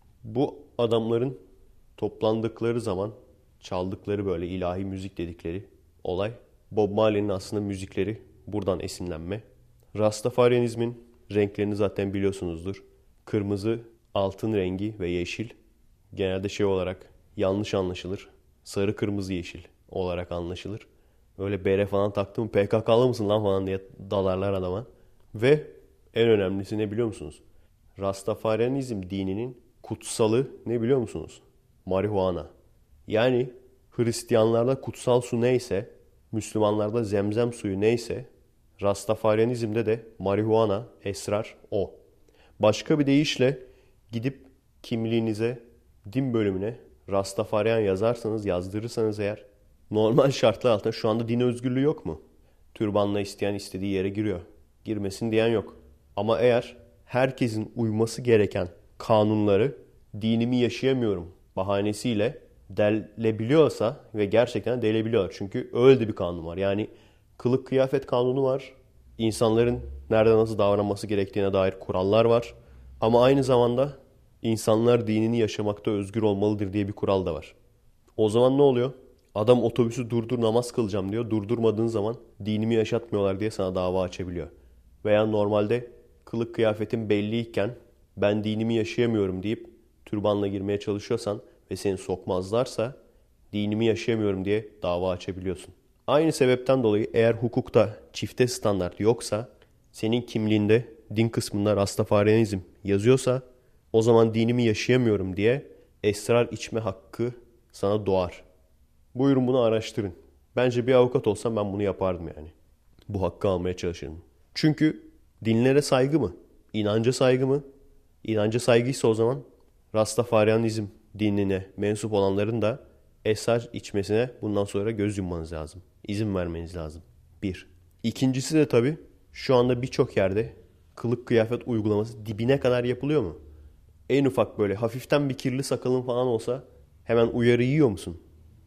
Bu adamların toplandıkları zaman çaldıkları böyle ilahi müzik dedikleri olay. Bob Marley'nin aslında müzikleri buradan esinlenme. Rastafarianizmin renklerini zaten biliyorsunuzdur. Kırmızı, altın rengi ve yeşil. Genelde şey olarak yanlış anlaşılır. Sarı, kırmızı, yeşil olarak anlaşılır. Öyle bere falan taktım P K K'lı mısın lan falan diye dalarlar adama. Ve en önemlisi ne biliyor musunuz? Rastafarianizm dininin kutsalı ne biliyor musunuz? Marihuana. Yani Hristiyanlarda kutsal su neyse, Müslümanlarda zemzem suyu neyse, Rastafarianizmde de marihuana, esrar o. Başka bir deyişle gidip kimliğinize, din bölümüne Rastafarian yazarsanız, yazdırırsanız eğer, normal şartlar altında şu anda din özgürlüğü yok mu? Türbanla isteyen istediği yere giriyor. Girmesin diyen yok. Ama eğer herkesin uyması gereken kanunları dinimi yaşayamıyorum bahanesiyle delebiliyorsa ve gerçekten delebiliyorlar. Çünkü öyle de bir kanun var. Yani kılık kıyafet kanunu var. İnsanların nerede nasıl davranması gerektiğine dair kurallar var. Ama aynı zamanda insanlar dinini yaşamakta özgür olmalıdır diye bir kural da var. O zaman ne oluyor? Adam otobüsü durdur namaz kılacağım diyor. Durdurmadığın zaman dinimi yaşatmıyorlar diye sana dava açabiliyor. Veya normalde kılık kıyafetin belliyken ben dinimi yaşayamıyorum deyip türbanla girmeye çalışıyorsan ve seni sokmazlarsa dinimi yaşayamıyorum diye dava açabiliyorsun. Aynı sebepten dolayı eğer hukukta çifte standart yoksa senin kimliğinde din kısmında Rastafarianizm yazıyorsa o zaman dinimi yaşayamıyorum diye esrar içme hakkı sana doğar. Buyurun bunu araştırın. Bence bir avukat olsam ben bunu yapardım yani. Bu hakkı almaya çalışırım. Çünkü dinlere saygı mı? İnanca saygı mı? İnanca saygıysa o zaman Rastafarianizm dinine mensup olanların da esrar içmesine bundan sonra göz yummanız lazım. İzin vermeniz lazım. Bir. İkincisi de tabii şu anda birçok yerde kılık kıyafet uygulaması dibine kadar yapılıyor mu? En ufak böyle hafiften bir kirli sakalın falan olsa hemen uyarı yiyor musun?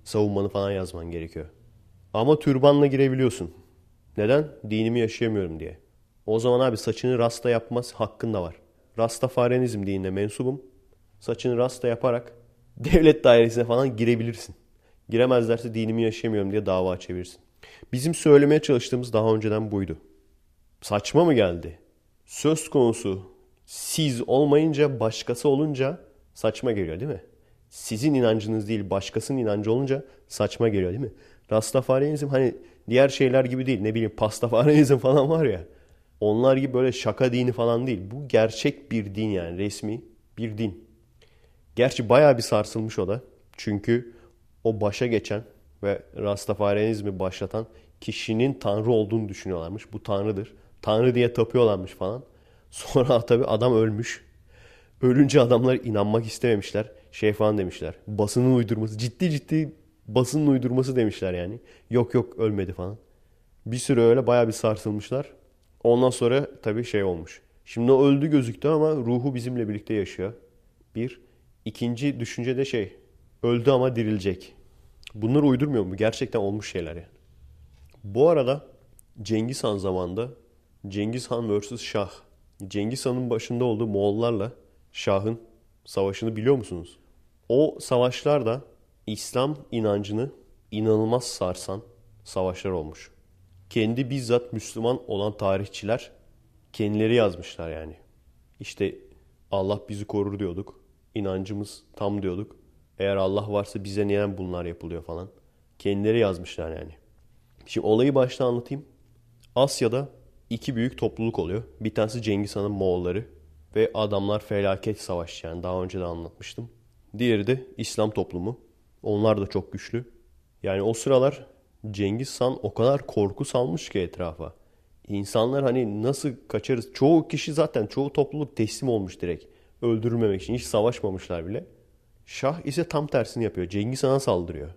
savunmanı falan yazman gerekiyor. Ama türbanla girebiliyorsun. Neden? Dinimi yaşayamıyorum diye. O zaman abi saçını rasta yapmaz hakkın da var. Rastafarenizm dinine mensubum. Saçını rasta yaparak devlet dairesine falan girebilirsin. Giremezlerse dinimi yaşayamıyorum diye dava açabilirsin. Bizim söylemeye çalıştığımız daha önceden buydu. Saçma mı geldi? Söz konusu siz olmayınca başkası olunca saçma geliyor değil mi? Sizin inancınız değil başkasının inancı olunca saçma geliyor değil mi? Rastafarenizm hani diğer şeyler gibi değil. Ne bileyim pastafarenizm falan var ya. Onlar gibi böyle şaka dini falan değil. Bu gerçek bir din yani resmi bir din. Gerçi bayağı bir sarsılmış o da. Çünkü o başa geçen ve Rastafarenizmi başlatan kişinin tanrı olduğunu düşünüyorlarmış. Bu tanrıdır. Tanrı diye tapıyorlarmış falan. Sonra tabii adam ölmüş. Ölünce adamlar inanmak istememişler. Şey falan demişler. Basının uydurması. Ciddi ciddi basının uydurması demişler yani. Yok yok ölmedi falan. Bir süre öyle bayağı bir sarsılmışlar. Ondan sonra tabii şey olmuş. Şimdi o öldü gözüktü ama ruhu bizimle birlikte yaşıyor. Bir. İkinci düşünce de şey. Öldü ama dirilecek. Bunları uydurmuyor mu? Gerçekten olmuş şeyler yani. Bu arada Cengiz Han zamanında Cengiz Han vs Şah. Cengiz Han'ın başında olduğu Moğollarla Şah'ın savaşını biliyor musunuz? O savaşlarda İslam inancını inanılmaz sarsan savaşlar olmuş. Kendi bizzat Müslüman olan tarihçiler kendileri yazmışlar yani. İşte Allah bizi korur diyorduk. İnancımız tam diyorduk. Eğer Allah varsa bize neden bunlar yapılıyor falan. Kendileri yazmışlar yani. Şimdi olayı başta anlatayım. Asya'da iki büyük topluluk oluyor. Bir tanesi Cengiz Han'ın Moğolları ve adamlar felaket savaşçı yani daha önce de anlatmıştım. Diğeri de İslam toplumu. Onlar da çok güçlü. Yani o sıralar Cengiz Han o kadar korku salmış ki etrafa. İnsanlar hani nasıl kaçarız? Çoğu kişi zaten çoğu topluluk teslim olmuş direkt. Öldürülmemek için hiç savaşmamışlar bile. Şah ise tam tersini yapıyor. Cengiz Han'a saldırıyor.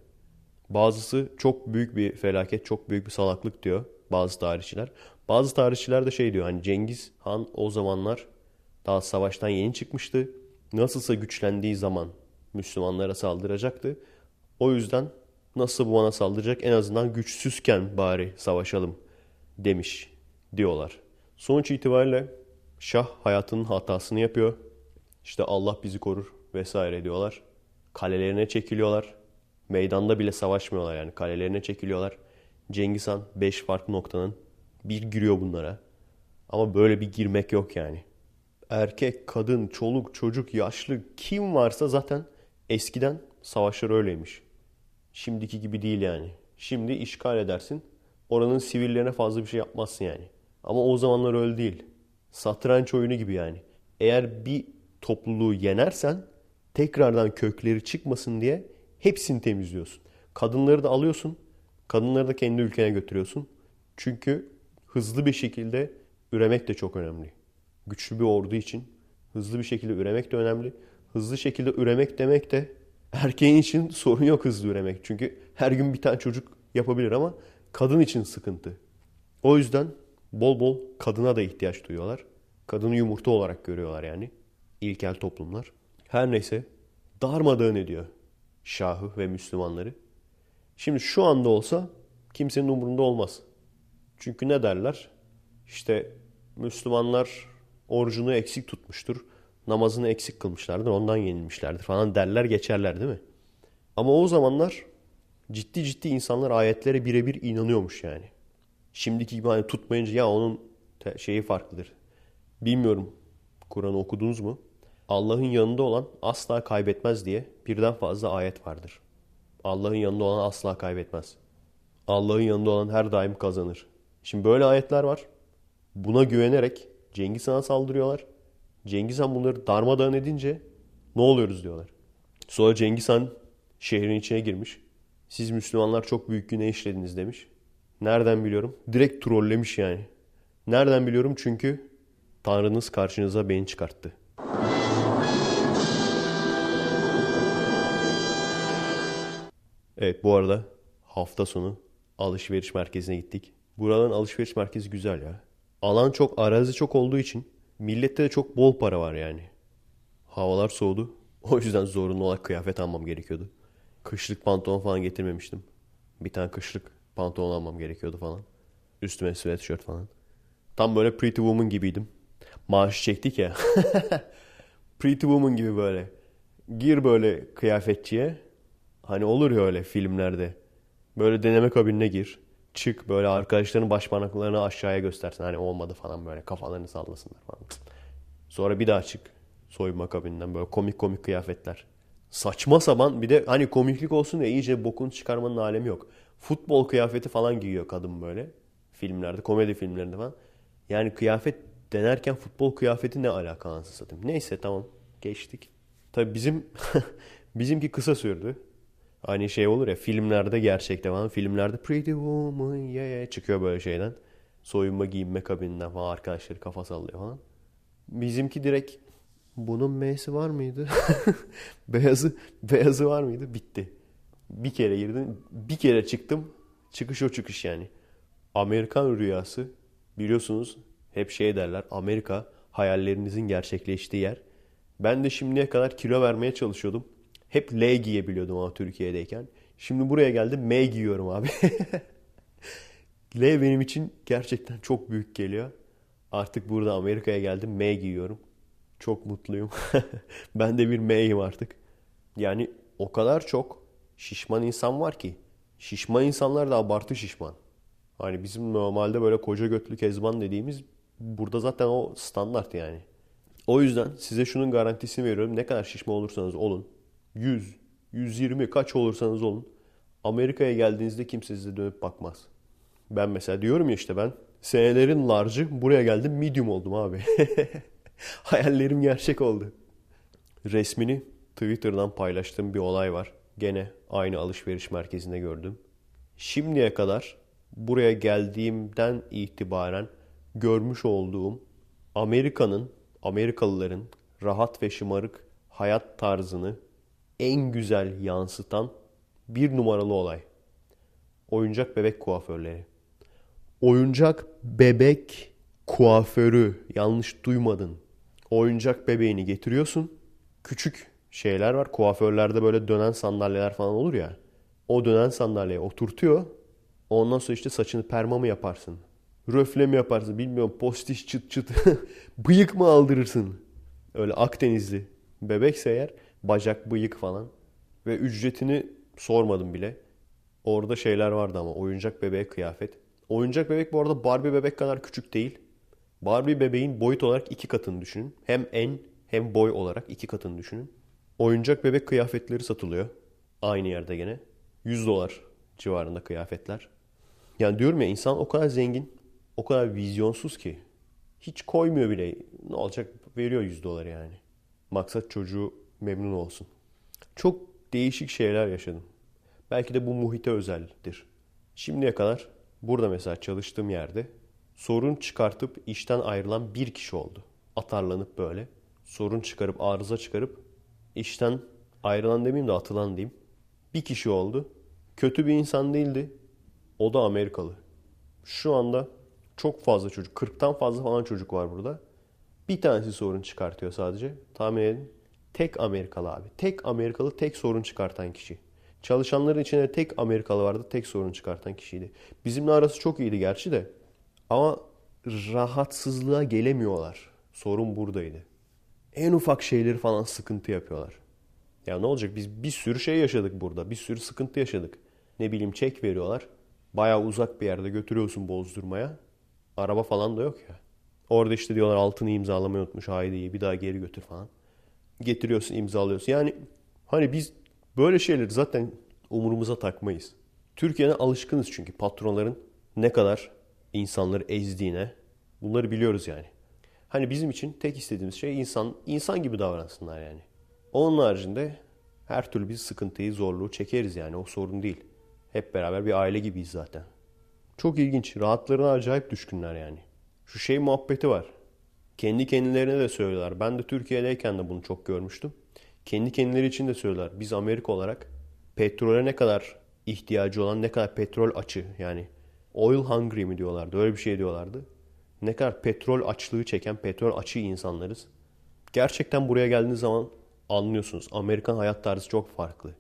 Bazısı çok büyük bir felaket, çok büyük bir salaklık diyor bazı tarihçiler. Bazı tarihçiler de şey diyor hani Cengiz Han o zamanlar daha savaştan yeni çıkmıştı. Nasılsa güçlendiği zaman Müslümanlara saldıracaktı. O yüzden nasıl bu bana saldıracak en azından güçsüzken bari savaşalım demiş diyorlar. Sonuç itibariyle Şah hayatının hatasını yapıyor. İşte Allah bizi korur vesaire diyorlar. Kalelerine çekiliyorlar. Meydanda bile savaşmıyorlar yani kalelerine çekiliyorlar. Cengiz Han beş farklı noktanın bir giriyor bunlara. Ama böyle bir girmek yok yani. Erkek, kadın, çoluk, çocuk, yaşlı kim varsa zaten eskiden savaşlar öyleymiş. Şimdiki gibi değil yani. Şimdi işgal edersin. Oranın sivillerine fazla bir şey yapmazsın yani. Ama o zamanlar öyle değil. Satranç oyunu gibi yani. Eğer bir topluluğu yenersen tekrardan kökleri çıkmasın diye hepsini temizliyorsun. Kadınları da alıyorsun. Kadınları da kendi ülkene götürüyorsun. Çünkü hızlı bir şekilde üremek de çok önemli. Güçlü bir ordu için hızlı bir şekilde üremek de önemli. Hızlı şekilde üremek demek de erkeğin için sorun yok hızlı üremek. Çünkü her gün bir tane çocuk yapabilir ama kadın için sıkıntı. O yüzden bol bol kadına da ihtiyaç duyuyorlar. Kadını yumurta olarak görüyorlar yani. İlkel toplumlar. Her neyse darmadağın ediyor Şah'ı ve Müslümanları. Şimdi şu anda olsa kimsenin umurunda olmaz. Çünkü ne derler? İşte Müslümanlar orucunu eksik tutmuştur. Namazını eksik kılmışlardır. Ondan yenilmişlerdir falan derler geçerler değil mi? Ama o zamanlar ciddi ciddi insanlar ayetlere birebir inanıyormuş yani. Şimdiki gibi hani tutmayınca ya onun şeyi farklıdır. Bilmiyorum Kur'an'ı okudunuz mu? Allah'ın yanında olan asla kaybetmez diye birden fazla ayet vardır. Allah'ın yanında olan asla kaybetmez. Allah'ın yanında olan her daim kazanır. Şimdi böyle ayetler var. Buna güvenerek Cengiz Han'a saldırıyorlar. Cengiz Han bunları darmadağın edince ne oluyoruz diyorlar. Sonra Cengiz Han şehrin içine girmiş. Siz Müslümanlar çok büyük günah işlediniz demiş. Nereden biliyorum? Direkt trollemiş yani. Nereden biliyorum? Çünkü Tanrınız karşınıza beni çıkarttı. Evet bu arada hafta sonu alışveriş merkezine gittik. Buranın alışveriş merkezi güzel ya. Alan çok, arazi çok olduğu için millette de çok bol para var yani. Havalar soğudu. O yüzden zorunlu olarak kıyafet almam gerekiyordu. Kışlık pantolon falan getirmemiştim. Bir tane kışlık pantolon almam gerekiyordu falan. Üstüme sweatshirt falan. Tam böyle Pretty Woman gibiydim. Maaş çektik ya. Pretty Woman gibi böyle. Gir böyle kıyafetçiye. Hani olur ya öyle filmlerde. Böyle deneme kabinine gir. Çık böyle arkadaşların baş parmaklarını aşağıya göstersin. Hani olmadı falan böyle kafalarını sallasınlar falan. Sonra bir daha çık. Soyunma kabininden böyle komik komik kıyafetler. Saçma sapan bir de hani komiklik olsun ya iyice bokunu çıkarmanın alemi yok. Futbol kıyafeti falan giyiyor kadın böyle. Filmlerde, komedi filmlerinde falan. Yani kıyafet denerken futbol kıyafeti ne alaka anasını satayım. Neyse tamam geçtik. Tabii bizim bizimki kısa sürdü. Hani şey olur ya filmlerde gerçekte falan. Filmlerde Pretty Woman yeah, yeah çıkıyor böyle şeyden. Soyunma giyinme kabininden falan arkadaşları kafa sallıyor falan. Bizimki direkt bunun M'si var mıydı? Beyazı beyazı var mıydı? Bitti. Bir kere girdim, bir kere çıktım. Çıkış o çıkış yani. Amerikan rüyası biliyorsunuz hep şey derler. Amerika hayallerinizin gerçekleştiği yer. Ben de şimdiye kadar kilo vermeye çalışıyordum. Hep L giyebiliyordum ama Türkiye'deyken. Şimdi buraya geldim M giyiyorum abi. L benim için gerçekten çok büyük geliyor. Artık burada Amerika'ya geldim M giyiyorum. Çok mutluyum. Ben de bir M'yim artık. Yani o kadar çok şişman insan var ki. Şişman insanlar da abartı şişman. Hani bizim normalde böyle koca götlü kezban dediğimiz burada zaten o standart yani. O yüzden size şunun garantisini veriyorum. Ne kadar şişman olursanız olun. yüz, yüz yirmi kaç olursanız olun. Amerika'ya geldiğinizde kimse size dönüp bakmaz. Ben mesela diyorum ya işte ben senelerin large'ı buraya geldim medium oldum abi. Hayallerim gerçek oldu. Resmini Twitter'dan paylaştığım bir olay var. Gene aynı alışveriş merkezinde gördüm. Şimdiye kadar buraya geldiğimden itibaren görmüş olduğum Amerika'nın, Amerikalıların rahat ve şımarık hayat tarzını en güzel yansıtan bir numaralı olay. Oyuncak bebek kuaförleri. Oyuncak bebek kuaförü. Yanlış duymadın. Oyuncak bebeğini getiriyorsun. Küçük şeyler var. Kuaförlerde böyle dönen sandalyeler falan olur ya. O dönen sandalyeye oturtuyor. Ondan sonra işte saçını perma mı yaparsın? Röfle mi yaparsın? Bilmiyorum. Postiş çıt çıt. Bıyık mı aldırırsın? Öyle Akdenizli. Bebekse eğer bacak, bıyık falan. Ve ücretini sormadım bile. Orada şeyler vardı ama oyuncak bebeğe kıyafet. Oyuncak bebek bu arada Barbie bebek kadar küçük değil. Barbie bebeğin boyut olarak iki katını düşünün. Hem en hem boy olarak iki katını düşünün. Oyuncak bebek kıyafetleri satılıyor. Aynı yerde gene. yüz dolar civarında kıyafetler. Yani diyorum ya insan o kadar zengin, o kadar vizyonsuz ki. Hiç koymuyor bile. Ne olacak veriyor yüz dolar yani. Maksat çocuğu memnun olsun. Çok değişik şeyler yaşadım. Belki de bu muhite özeldir. Şimdiye kadar burada mesela çalıştığım yerde sorun çıkartıp işten ayrılan bir kişi oldu. Atarlanıp böyle sorun çıkarıp arıza çıkarıp işten ayrılan demeyeyim de atılan diyeyim. Bir kişi oldu. Kötü bir insan değildi. O da Amerikalı. Şu anda çok fazla çocuk, kırktan fazla falan çocuk var burada. Bir tanesi sorun çıkartıyor sadece. Tahmin edin. Tek Amerikalı abi. Tek Amerikalı tek sorun çıkartan kişi. Çalışanların içinde tek Amerikalı vardı. Tek sorun çıkartan kişiydi. Bizimle arası çok iyiydi gerçi de. Ama rahatsızlığa gelemiyorlar. Sorun buradaydı. En ufak şeyleri falan sıkıntı yapıyorlar. Ya ne olacak biz bir sürü şey yaşadık burada. Bir sürü sıkıntı yaşadık. Ne bileyim çek veriyorlar. Bayağı uzak bir yerde götürüyorsun bozdurmaya. Araba falan da yok ya. Orada işte diyorlar altını imzalamayı unutmuş. Haydi iyi bir daha geri götür falan. Getiriyorsun imzalıyorsun. Yani hani biz böyle şeyleri zaten umurumuza takmayız. Türkiye'de alışkınız çünkü patronların ne kadar insanları ezdiğine. Bunları biliyoruz yani. Hani bizim için tek istediğimiz şey insan insan gibi davransınlar yani. Onun haricinde her türlü biz sıkıntıyı, zorluğu çekeriz yani o sorun değil. Hep beraber bir aile gibiyiz zaten. Çok ilginç. Rahatlarına acayip düşkünler yani. Şu şey muhabbeti var. Kendi kendilerine de söylüyorlar. Ben de Türkiye'deyken de bunu çok görmüştüm. Kendi kendileri için de söylüyorlar. Biz Amerika olarak petrole ne kadar ihtiyacı olan, ne kadar petrol açı yani oil hungry mi diyorlardı. Öyle bir şey diyorlardı. Ne kadar petrol açlığı çeken, petrol açı insanlarız. Gerçekten buraya geldiğiniz zaman anlıyorsunuz. Amerikan hayat tarzı çok farklı.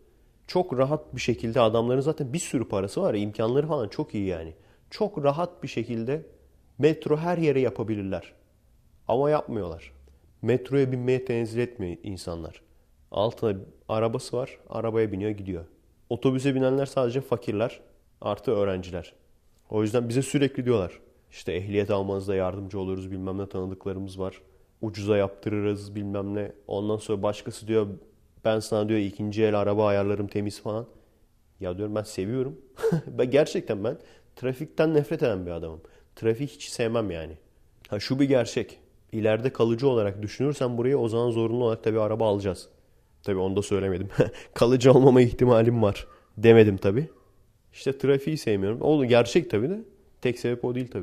Çok rahat bir şekilde adamların zaten bir sürü parası var ya, imkanları falan çok iyi yani. Çok rahat bir şekilde metro her yere yapabilirler. Ama yapmıyorlar. Metroya binmeye tenezzül etmiyor insanlar. Altına arabası var, arabaya biniyor gidiyor. Otobüse binenler sadece fakirler artı öğrenciler. O yüzden bize sürekli diyorlar. İşte ehliyet almanızda yardımcı oluruz, bilmem ne tanıdıklarımız var. Ucuza yaptırırız bilmem ne. Ondan sonra başkası diyor ben sana diyor ikinci el araba ayarlarım temiz falan. Ya diyorum ben seviyorum. Ben gerçekten ben trafikten nefret eden bir adamım. Trafiği hiç sevmem yani. Ha şu bir gerçek. İleride kalıcı olarak düşünürsen burayı o zaman zorunlu olarak tabii araba alacağız. Tabii onu da söylemedim. Kalıcı olmama ihtimalim var demedim tabii. İşte trafiği sevmiyorum. O da gerçek tabii de. Tek sebep o değil tabii.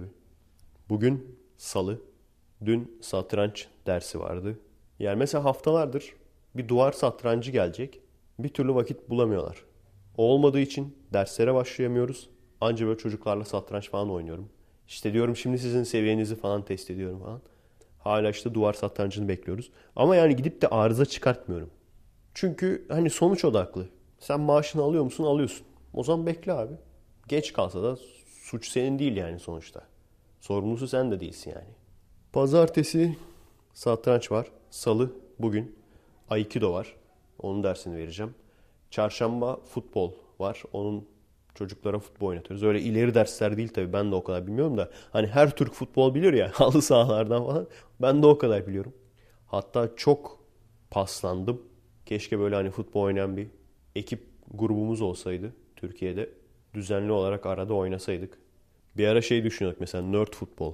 Bugün salı. Dün satranç dersi vardı. Yani mesela haftalardır bir duvar satrancı gelecek. Bir türlü vakit bulamıyorlar. O olmadığı için derslere başlayamıyoruz. Anca böyle çocuklarla satranç falan oynuyorum. İşte diyorum şimdi sizin seviyenizi falan test ediyorum falan. Hala işte duvar satrancını bekliyoruz. Ama yani gidip de arıza çıkartmıyorum. Çünkü hani sonuç odaklı. Sen maaşını alıyor musun? Alıyorsun. O zaman bekle abi. Geç kalsa da suç senin değil yani sonuçta. Sorumlusu sen de değilsin yani. Pazartesi satranç var. Salı bugün Aikido var. Onun dersini vereceğim. Çarşamba futbol var. Onun çocuklara futbol oynatıyoruz. Öyle ileri dersler değil tabii. Ben de o kadar bilmiyorum da. Hani her Türk futbol bilir ya. Halı sahalardan falan. Ben de o kadar biliyorum. Hatta çok paslandım. Keşke böyle hani futbol oynayan bir ekip grubumuz olsaydı Türkiye'de. Düzenli olarak arada oynasaydık. Bir ara şey düşünüyorduk mesela nerd futbol.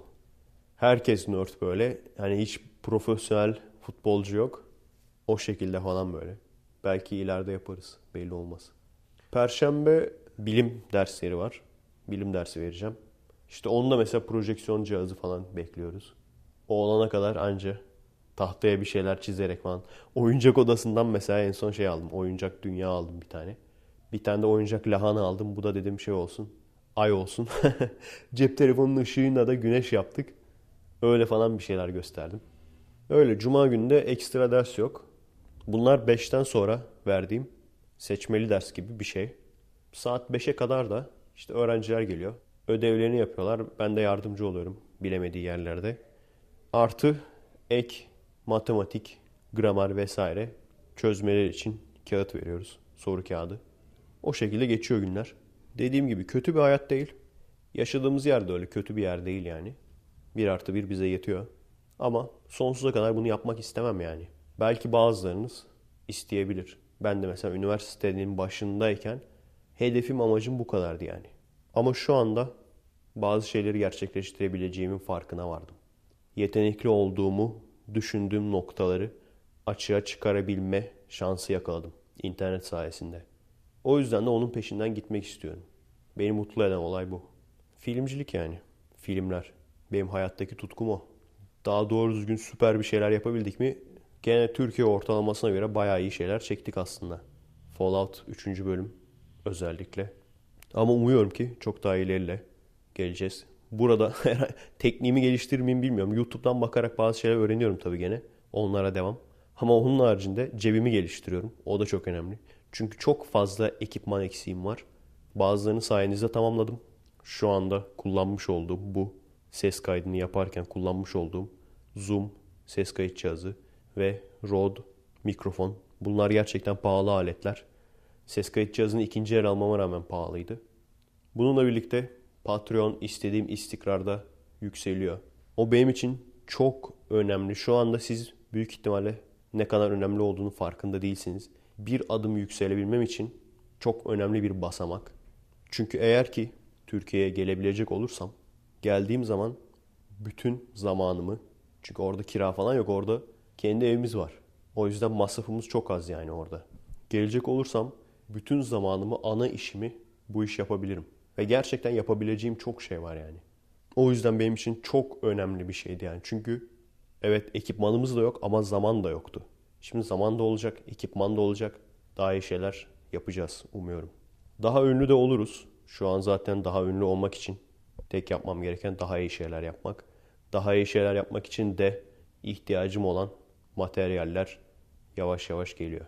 Herkes nerd böyle. Hani hiç profesyonel futbolcu yok. O şekilde falan böyle. Belki ileride yaparız. Belli olmaz. Perşembe bilim dersleri var. Bilim dersi vereceğim. İşte onda mesela projeksiyon cihazı falan bekliyoruz. O olana kadar anca tahtaya bir şeyler çizerek falan. Oyuncak odasından mesela en son şey aldım. Oyuncak dünya aldım bir tane. Bir tane de oyuncak lahana aldım. Bu da dedim şey olsun. Ay olsun. Cep telefonunun ışığıyla da güneş yaptık. Öyle falan bir şeyler gösterdim. Öyle cuma günü de ekstra ders yok. Bunlar beşten sonra verdiğim seçmeli ders gibi bir şey. Saat beşe kadar da işte öğrenciler geliyor. Ödevlerini yapıyorlar. Ben de yardımcı oluyorum bilemediği yerlerde. Artı ek matematik, gramer vesaire çözmeler için kağıt veriyoruz. Soru kağıdı. O şekilde geçiyor günler. Dediğim gibi kötü bir hayat değil. Yaşadığımız yer de öyle kötü bir yer değil yani. Bir artı bir bize yetiyor. Ama sonsuza kadar bunu yapmak istemem yani. Belki bazılarınız isteyebilir. Ben de mesela üniversitenin başındayken hedefim amacım bu kadardı yani. Ama şu anda bazı şeyleri gerçekleştirebileceğimin farkına vardım. Yetenekli olduğumu düşündüğüm noktaları açığa çıkarabilme şansı yakaladım internet sayesinde. O yüzden de onun peşinden gitmek istiyorum. Beni mutlu eden olay bu. Filmcilik yani. Filmler. Benim hayattaki tutkum o. Daha doğru düzgün süper bir şeyler yapabildik mi? Gene Türkiye ortalamasına göre bayağı iyi şeyler çektik aslında. Fallout üçüncü bölüm özellikle. Ama umuyorum ki çok daha ileriyle geleceğiz. Burada tekniğimi geliştirir miyim bilmiyorum. YouTube'dan bakarak bazı şeyler öğreniyorum tabii gene. Onlara devam. Ama onun haricinde cebimi geliştiriyorum. O da çok önemli. Çünkü çok fazla ekipman eksiğim var. Bazılarını sayenizde tamamladım. Şu anda kullanmış olduğum bu ses kaydını yaparken kullanmış olduğum Zoom ses kayıt cihazı ve Rode mikrofon. Bunlar gerçekten pahalı aletler. Ses kayıt cihazını ikinci el almama rağmen pahalıydı. Bununla birlikte Patreon istediğim istikrarda yükseliyor. O benim için çok önemli. Şu anda siz büyük ihtimalle ne kadar önemli olduğunu farkında değilsiniz. Bir adım yükselebilmem için çok önemli bir basamak. Çünkü eğer ki Türkiye'ye gelebilecek olursam geldiğim zaman bütün zamanımı, çünkü orada kira falan yok, orada kendi evimiz var. O yüzden masrafımız çok az yani orada. Gelecek olursam bütün zamanımı, ana işimi bu iş yapabilirim. Ve gerçekten yapabileceğim çok şey var yani. O yüzden benim için çok önemli bir şeydi yani. Çünkü evet ekipmanımız da yok ama zaman da yoktu. Şimdi zaman da olacak, ekipman da olacak. Daha iyi şeyler yapacağız umuyorum. Daha ünlü de oluruz. Şu an zaten daha ünlü olmak için tek yapmam gereken daha iyi şeyler yapmak. Daha iyi şeyler yapmak için de ihtiyacım olan materyaller yavaş yavaş geliyor.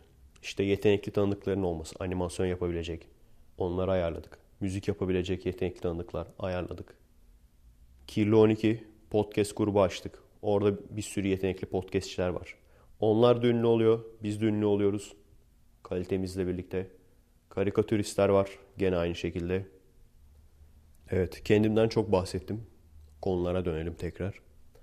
İşte yetenekli tanıdıkların olması, animasyon yapabilecek. Onları ayarladık. Müzik yapabilecek yetenekli tanıdıklar ayarladık. Kirli on iki podcast grubu açtık. Orada bir sürü yetenekli podcastçiler var. Onlar da ünlü oluyor. Biz de ünlü oluyoruz. Kalitemizle birlikte. Karikatüristler var. Gene aynı şekilde. Evet, kendimden çok bahsettim. Konulara dönelim tekrar.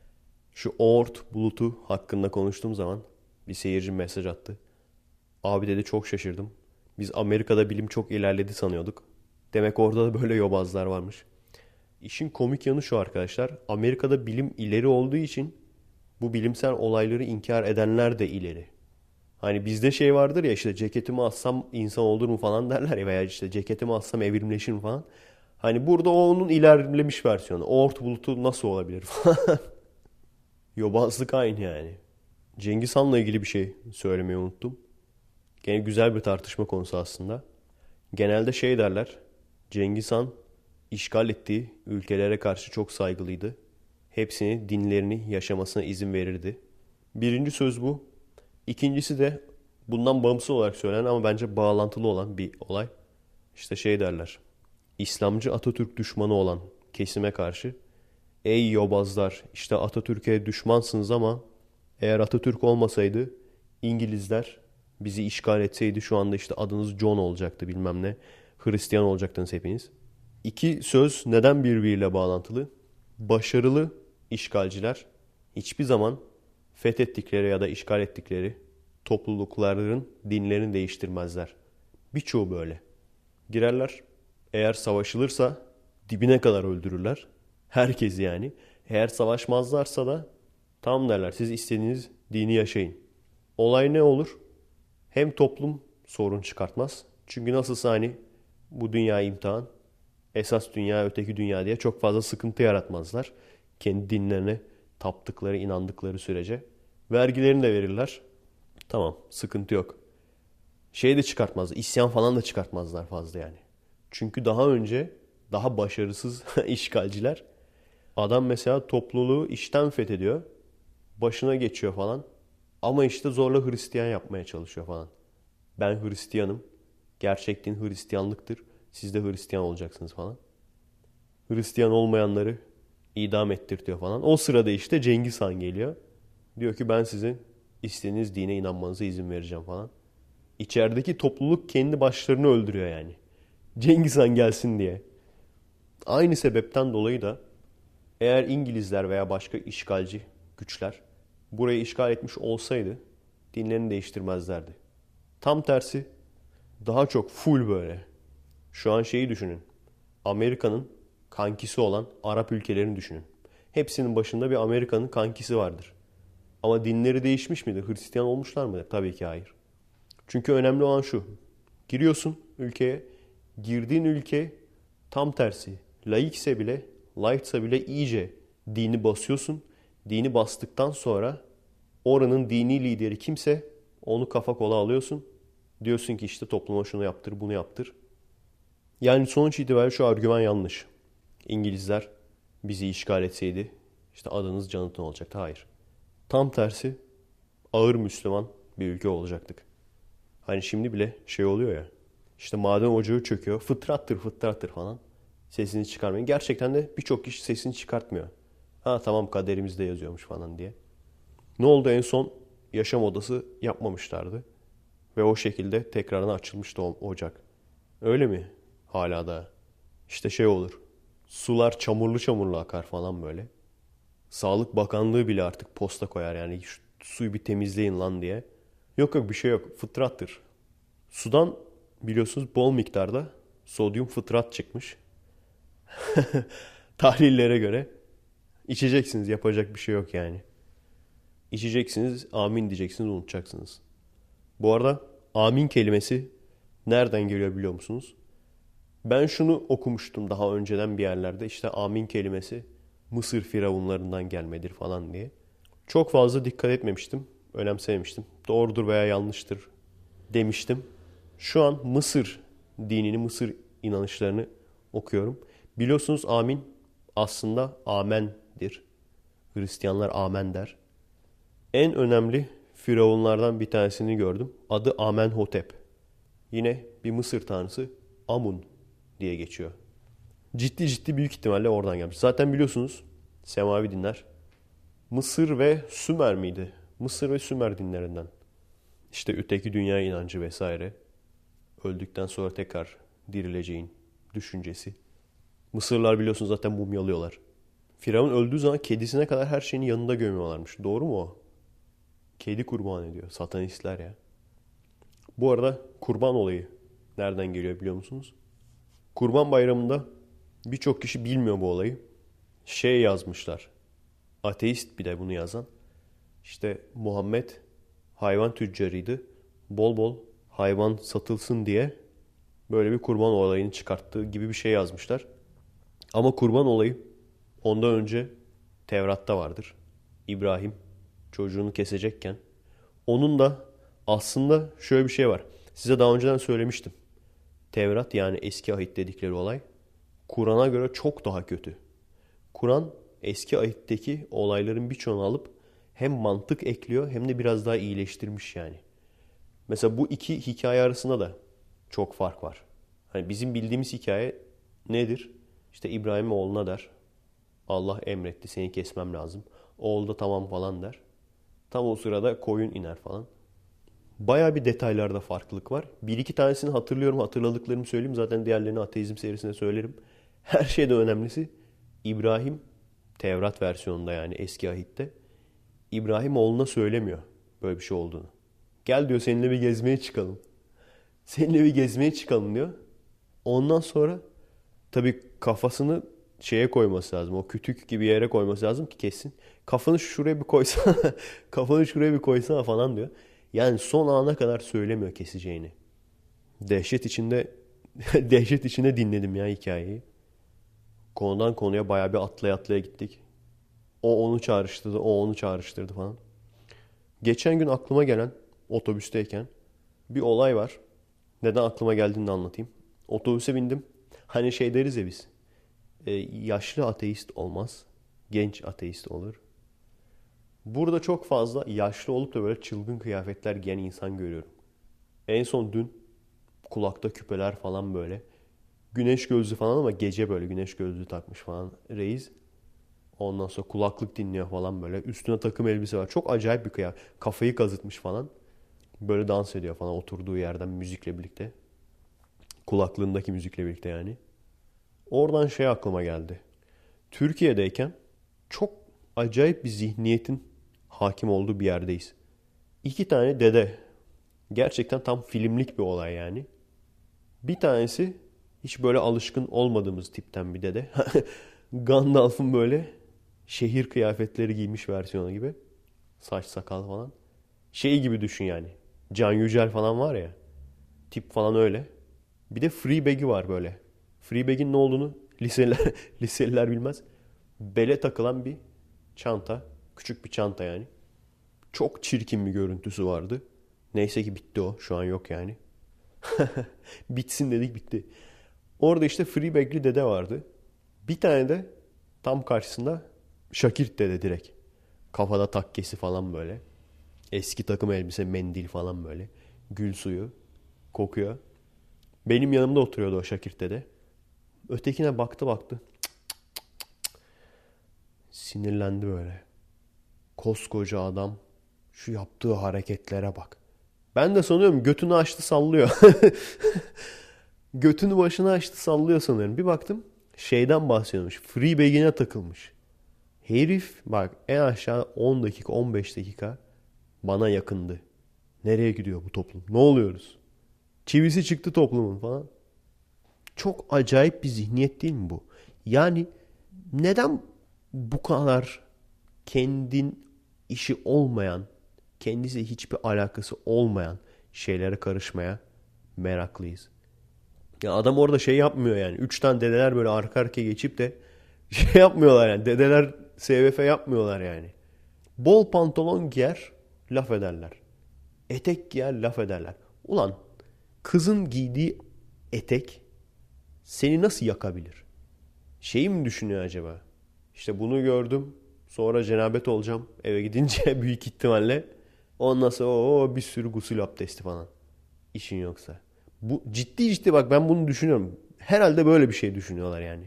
Şu Oort bulutu hakkında konuştuğum zaman bir seyirci mesaj attı. Abi dedi, çok şaşırdım. Biz Amerika'da bilim çok ilerledi sanıyorduk. Demek orada da böyle yobazlar varmış. İşin komik yanı şu arkadaşlar. Amerika'da bilim ileri olduğu için bu bilimsel olayları inkar edenler de ileri. Hani bizde şey vardır ya, işte ceketimi assam insan olur mu falan derler ya, veya işte ceketimi assam evrimleşir mi falan. Hani burada o onun ilerlemiş versiyonu. Oort bulutu nasıl olabilir falan. Yobazlık aynı yani. Cengiz Han'la ilgili bir şey söylemeyi unuttum. Gene güzel bir tartışma konusu aslında. Genelde şey derler. Cengiz Han işgal ettiği ülkelere karşı çok saygılıydı. Hepsini dinlerini yaşamasına izin verirdi. Birinci söz bu. İkincisi de bundan bağımsız olarak söylenen ama bence bağlantılı olan bir olay. İşte şey derler. İslamcı Atatürk düşmanı olan kesime karşı, ey yobazlar, işte Atatürk'e düşmansınız ama eğer Atatürk olmasaydı İngilizler bizi işgal etseydi şu anda işte adınız John olacaktı, bilmem ne. Hristiyan olacaktınız hepiniz. İki söz neden birbiriyle bağlantılı? Başarılı işgalciler hiçbir zaman fethettikleri ya da işgal ettikleri toplulukların dinlerini değiştirmezler. Birçoğu böyle. Girerler. Eğer savaşılırsa dibine kadar öldürürler. Herkes yani. Eğer savaşmazlarsa da tamam derler, siz istediğiniz dini yaşayın. Olay ne olur? Hem toplum sorun çıkartmaz. Çünkü nasılsa hani bu dünya imtihan, esas dünya öteki dünya diye çok fazla sıkıntı yaratmazlar. Kendi dinlerine taptıkları, inandıkları sürece. Vergilerini de verirler. Tamam, sıkıntı yok. Şey de çıkartmaz, isyan falan da çıkartmazlar fazla yani. Çünkü daha önce daha başarısız işgalciler, adam mesela topluluğu işten fethediyor, başına geçiyor falan. Ama işte zorla Hristiyan yapmaya çalışıyor falan. Ben Hristiyanım, gerçek din Hristiyanlıktır, siz de Hristiyan olacaksınız falan. Hristiyan olmayanları idam ettirtiyor falan. O sırada işte Cengiz Han geliyor. Diyor ki ben sizin istediğiniz dine inanmanıza izin vereceğim falan. İçerideki topluluk kendi başlarını öldürüyor yani. Cengiz Han gelsin diye. Aynı sebepten dolayı da eğer İngilizler veya başka işgalci güçler burayı işgal etmiş olsaydı dinlerini değiştirmezlerdi. Tam tersi daha çok full böyle. Şu an şeyi düşünün. Amerika'nın kankisi olan Arap ülkelerini düşünün. Hepsinin başında bir Amerika'nın kankisi vardır. Ama dinleri değişmiş midir? Hristiyan olmuşlar mıdır? Tabii ki hayır. Çünkü önemli olan şu. Giriyorsun ülkeye. Girdiğin ülke tam tersi. Laikse bile, laikse bile iyice dini basıyorsun. Dini bastıktan sonra oranın dini lideri kimse onu kafa kola alıyorsun. Diyorsun ki işte topluma şunu yaptır, bunu yaptır. Yani sonuç itibariyle şu argüman yanlış. İngilizler bizi işgal etseydi işte adınız Jonathan olacaktı. Hayır. Tam tersi ağır Müslüman bir ülke olacaktık. Hani şimdi bile şey oluyor ya. İşte maden ocağı çöküyor. Fıtrattır fıtrattır falan. Sesini çıkarmayın. Gerçekten de birçok kişi sesini çıkartmıyor. Ha tamam kaderimizde yazıyormuş falan diye. Ne oldu en son? Yaşam odası yapmamışlardı. Ve o şekilde tekrardan açılmıştı o ocak. Öyle mi? Hala da. İşte şey olur. Sular çamurlu çamurlu akar falan böyle. Sağlık Bakanlığı bile artık posta koyar yani şu suyu bir temizleyin lan diye. Yok yok bir şey yok. Fıtrattır. Sudan biliyorsunuz bol miktarda sodyum fıtrat çıkmış. Tahlillere göre. İçeceksiniz, yapacak bir şey yok yani. İçeceksiniz, amin diyeceksiniz, unutacaksınız. Bu arada amin kelimesi nereden geliyor biliyor musunuz? Ben şunu okumuştum daha önceden bir yerlerde. İşte amin kelimesi Mısır firavunlarından gelmedir falan diye. Çok fazla dikkat etmemiştim. Önemsememiştim. Doğrudur veya yanlıştır demiştim. Şu an Mısır dinini, Mısır inanışlarını okuyorum. Biliyorsunuz amin aslında amendir. Hristiyanlar amen der. En önemli firavunlardan bir tanesini gördüm. Adı Amenhotep. Yine bir Mısır tanrısı Amun diye geçiyor. Ciddi ciddi büyük ihtimalle oradan gelmiş. Zaten biliyorsunuz semavi dinler Mısır ve Sümer miydi? Mısır ve Sümer dinlerinden. İşte öteki dünya inancı vesaire. Öldükten sonra tekrar dirileceğin düşüncesi. Mısırlar biliyorsunuz zaten mumyalıyorlar. Firavun öldüğü zaman kedisine kadar her şeyini yanında gömüyorlarmış. Doğru mu o? Kedi kurban ediyor. Satanistler ya. Bu arada kurban olayı nereden geliyor biliyor musunuz? Kurban Bayramı'nda birçok kişi bilmiyor bu olayı. Şey yazmışlar. Ateist bir de bunu yazan. İşte Muhammed hayvan tüccarıydı. Bol bol hayvan satılsın diye böyle bir kurban olayını çıkarttığı gibi bir şey yazmışlar. Ama kurban olayı ondan önce Tevrat'ta vardır. İbrahim çocuğunu kesecekken. Onun da aslında şöyle bir şey var. Size daha önceden söylemiştim. Tevrat yani eski ahit dedikleri olay Kur'an'a göre çok daha kötü. Kur'an eski ahitteki olayların birçoğunu alıp hem mantık ekliyor hem de biraz daha iyileştirmiş yani. Mesela bu iki hikaye arasında da çok fark var. Hani bizim bildiğimiz hikaye nedir? İşte İbrahim oğluna der. Allah emretti seni kesmem lazım. Oğul da tamam falan der. Tam o sırada koyun iner falan. Baya bir detaylarda farklılık var. Bir iki tanesini hatırlıyorum. Hatırladıklarımı söyleyeyim. Zaten diğerlerini ateizm serisinde söylerim. Her şeyden önemlisi İbrahim Tevrat versiyonunda yani eski ahitte İbrahim oğluna söylemiyor böyle bir şey olduğunu. Gel diyor seninle bir gezmeye çıkalım. Seninle bir gezmeye çıkalım diyor. Ondan sonra tabii kafasını şeye koyması lazım. O kütük gibi yere koyması lazım ki kessin. Kafanı şuraya bir koysana. Kafanı şuraya bir koysana falan diyor. Yani son ana kadar söylemiyor keseceğini. Dehşet içinde dehşet içinde dinledim ya hikayeyi. Konudan konuya bayağı bir atlaya atlaya gittik. O onu çağrıştırdı, o onu çağrıştırdı falan. Geçen gün aklıma gelen otobüsteyken bir olay var. Neden aklıma geldiğini de anlatayım. Otobüse bindim. Hani şey deriz ya biz. E, yaşlı ateist olmaz. Genç ateist olur. Burada çok fazla yaşlı olup da böyle çılgın kıyafetler giyen insan görüyorum. En son dün kulakta küpeler falan böyle. Güneş gözlü falan ama gece böyle güneş gözlüğü takmış falan reis. Ondan sonra kulaklık dinliyor falan böyle. Üstüne takım elbise var. Çok acayip bir kıyafet. Kafayı kazıtmış falan. Böyle dans ediyor falan oturduğu yerden müzikle birlikte. Kulaklığındaki müzikle birlikte yani. Oradan şey aklıma geldi. Türkiye'deyken çok acayip bir zihniyetin hakim olduğu bir yerdeyiz. İki tane dede. Gerçekten tam filmlik bir olay yani. Bir tanesi hiç böyle alışkın olmadığımız tipten bir dede. Gandalf'ın böyle şehir kıyafetleri giymiş versiyonu gibi. Saç sakal falan. Şey gibi düşün yani. Can Yücel falan var ya. Tip falan öyle. Bir de Freebag'i var böyle. Freebag'in ne olduğunu liseliler, liseliler bilmez. Bele takılan bir çanta. Küçük bir çanta yani. Çok çirkin bir görüntüsü vardı. Neyse ki bitti o. Şu an yok yani. Bitsin dedik bitti. Orada işte Freebag'li dede vardı. Bir tane de tam karşısında Şakirt dede direkt. Kafada takkesi falan böyle. Eski takım elbise, mendil falan böyle. Gül suyu. Kokuyor. Benim yanımda oturuyordu o Şakirt dede. Ötekine baktı baktı. Cık cık cık cık. Sinirlendi böyle. Koskoca adam. Şu yaptığı hareketlere bak. Ben de sanıyorum götünü açtı sallıyor. Götünü başına açtı sallıyor sanıyorum. Bir baktım şeyden bahsediyormuş. Freebag'ine takılmış. Herif bak en aşağı on dakika on beş dakika bana yakındı. Nereye gidiyor bu toplum? Ne oluyoruz? Çivisi çıktı toplumun falan. Çok acayip bir zihniyet değil mi bu? Yani neden bu kadar kendin işi olmayan, kendisi hiçbir alakası olmayan şeylere karışmaya meraklıyız? Ya adam orada şey yapmıyor yani. Üç tane dedeler böyle arka arkaya geçip de şey yapmıyorlar yani. Dedeler S V F yapmıyorlar yani. Bol pantolon giyer, laf ederler. Etek giyer, laf ederler. Ulan kızın giydiği etek seni nasıl yakabilir? Şeyi mi düşünüyor acaba? İşte bunu gördüm. Sonra cenabet olacağım eve gidince büyük ihtimalle. Ondan sonra o bir sürü gusül abdesti falan. İşin yoksa. Bu ciddi ciddi bak ben bunu düşünüyorum. Herhalde böyle bir şey düşünüyorlar yani.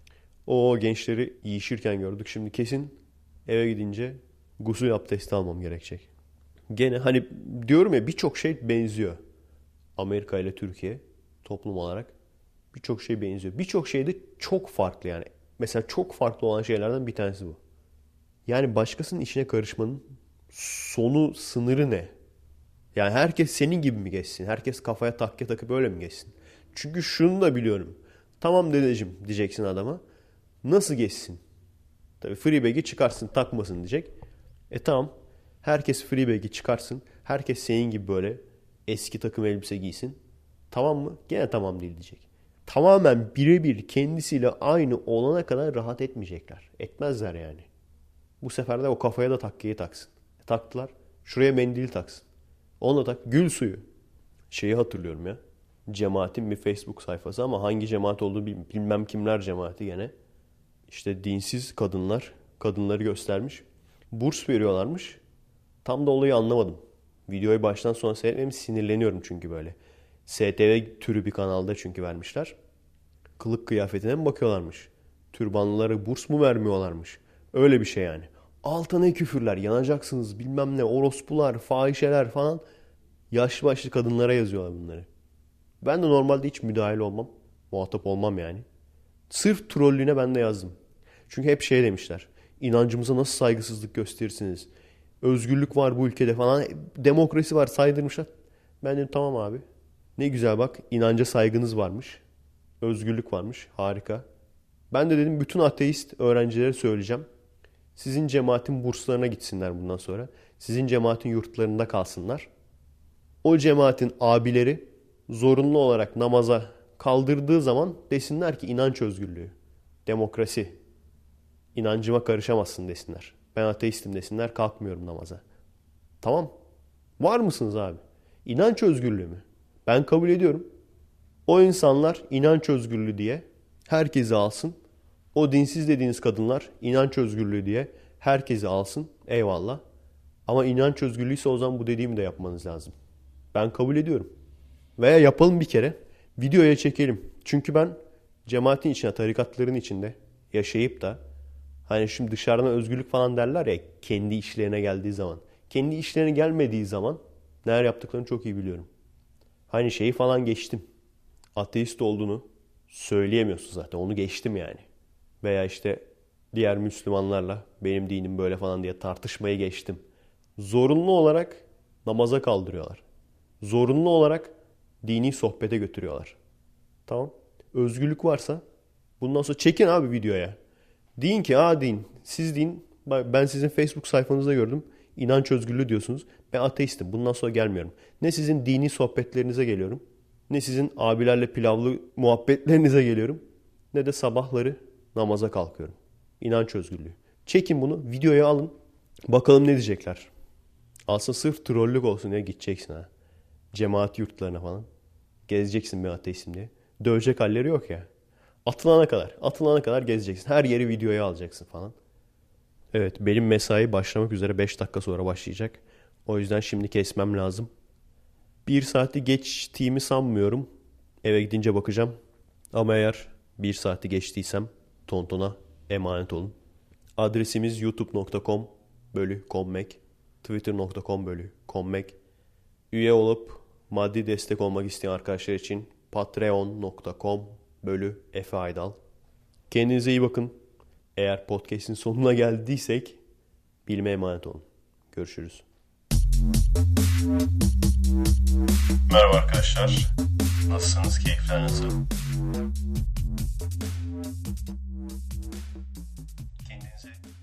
O gençleri yiyişirken gördük. Şimdi kesin eve gidince gusül abdesti almam gerekecek. Gene hani diyorum ya birçok şey benziyor. Amerika ile Türkiye toplum olarak birçok şey benziyor. Birçok şey de çok farklı yani. Mesela çok farklı olan şeylerden bir tanesi bu. Yani başkasının işine karışmanın sonu sınırı ne? Yani herkes senin gibi mi geçsin? Herkes kafaya takke takıp öyle mi geçsin? Çünkü şunu da biliyorum. Tamam dedeciğim diyeceksin adama. Nasıl geçsin? Tabii Freebag'i çıkarsın takmasın diyecek. E tamam. Herkes Freebag'i çıkarsın. Herkes senin gibi böyle eski takım elbise giysin. Tamam mı? Gene tamam değil diyecek. Tamamen birebir kendisiyle aynı olana kadar rahat etmeyecekler. Etmezler yani. Bu sefer de o kafaya da takkeyi taksın. E, taktılar. Şuraya mendili taksın. Onu da tak. Gül suyu. Şeyi hatırlıyorum ya. Cemaatin bir Facebook sayfası ama hangi cemaat olduğu bilmem kimler cemaati gene. İşte dinsiz kadınlar. Kadınları göstermiş. Burs veriyorlarmış. Tam da olayı anlamadım. Videoyu baştan sona seyretmem sinirleniyorum çünkü böyle. S T V türü bir kanalda çünkü vermişler. Kılık kıyafetine mi bakıyorlarmış? Türbanlılara burs mu vermiyorlarmış? Öyle bir şey yani. Altına küfürler, yanacaksınız bilmem ne, orospular, fahişeler falan. Yaşlı başlı kadınlara yazıyorlar bunları. Ben de normalde hiç müdahil olmam. Muhatap olmam yani. Sırf trollüğüne ben de yazdım. Çünkü hep şey demişler. İnancımıza nasıl saygısızlık gösterirsiniz? Özgürlük var bu ülkede falan. Demokrasi var saydırmışlar. Ben dedim tamam abi. Ne güzel bak inanca saygınız varmış. Özgürlük varmış. Harika. Ben de dedim bütün ateist öğrencilere söyleyeceğim. Sizin cemaatin burslarına gitsinler bundan sonra. Sizin cemaatin yurtlarında kalsınlar. O cemaatin abileri zorunlu olarak namaza kaldırdığı zaman desinler ki inanç özgürlüğü, demokrasi, inancıma karışamazsın desinler. Ben ateistim desinler, kalkmıyorum namaza. Tamam. Var mısınız abi? İnanç özgürlüğü mü? Ben kabul ediyorum. O insanlar inanç özgürlüğü diye herkesi alsın. O dinsiz dediğiniz kadınlar inanç özgürlüğü diye herkesi alsın. Eyvallah. Ama inanç özgürlüğüyse o zaman bu dediğimi de yapmanız lazım. Ben kabul ediyorum. Veya yapalım bir kere. Videoya çekelim. Çünkü ben cemaatin içine, tarikatların içinde yaşayıp da hani şimdi dışarıdan özgürlük falan derler ya kendi işlerine geldiği zaman. Kendi işlerine gelmediği zaman neler yaptıklarını çok iyi biliyorum. Hani şeyi falan geçtim. Ateist olduğunu söyleyemiyorsun zaten. Onu geçtim yani. Veya işte diğer Müslümanlarla benim dinim böyle falan diye tartışmayı geçtim. Zorunlu olarak namaza kaldırıyorlar. Zorunlu olarak dini sohbete götürüyorlar. Tamam. Özgürlük varsa bundan sonra çekin abi videoya. Deyin ki aa deyin. Siz deyin ben sizin Facebook sayfanızda gördüm. İnanç özgürlüğü diyorsunuz. Ben ateistim. Bundan sonra gelmiyorum. Ne sizin dini sohbetlerinize geliyorum. Ne sizin abilerle pilavlı muhabbetlerinize geliyorum. Ne de sabahları namaza kalkıyorum. İnanç özgürlüğü. Çekin bunu. Videoya alın. Bakalım ne diyecekler. Aslında sırf trollük olsun diye gideceksin ha. Cemaat yurtlarına falan. Gezeceksin bir ateistim diye. Dövecek halleri yok ya. Atılana kadar. Atılana kadar gezeceksin. Her yeri videoya alacaksın falan. Evet benim mesai başlamak üzere beş dakika sonra başlayacak. O yüzden şimdi kesmem lazım. Bir saati geçtiğimi sanmıyorum. Eve gidince bakacağım. Ama eğer bir saati geçtiysem Tonton'a emanet olun. Adresimiz youtube nokta com bölü kommek, twitter nokta com bölü kommek. Üye olup maddi destek olmak isteyen arkadaşlar için patreon nokta com bölü Efe Aydal. Kendinize iyi bakın. Eğer podcast'in sonuna geldiysek bilime emanet olun. Görüşürüz. Merhaba arkadaşlar. Nasılsınız? Keyifler nasıl? Kendinize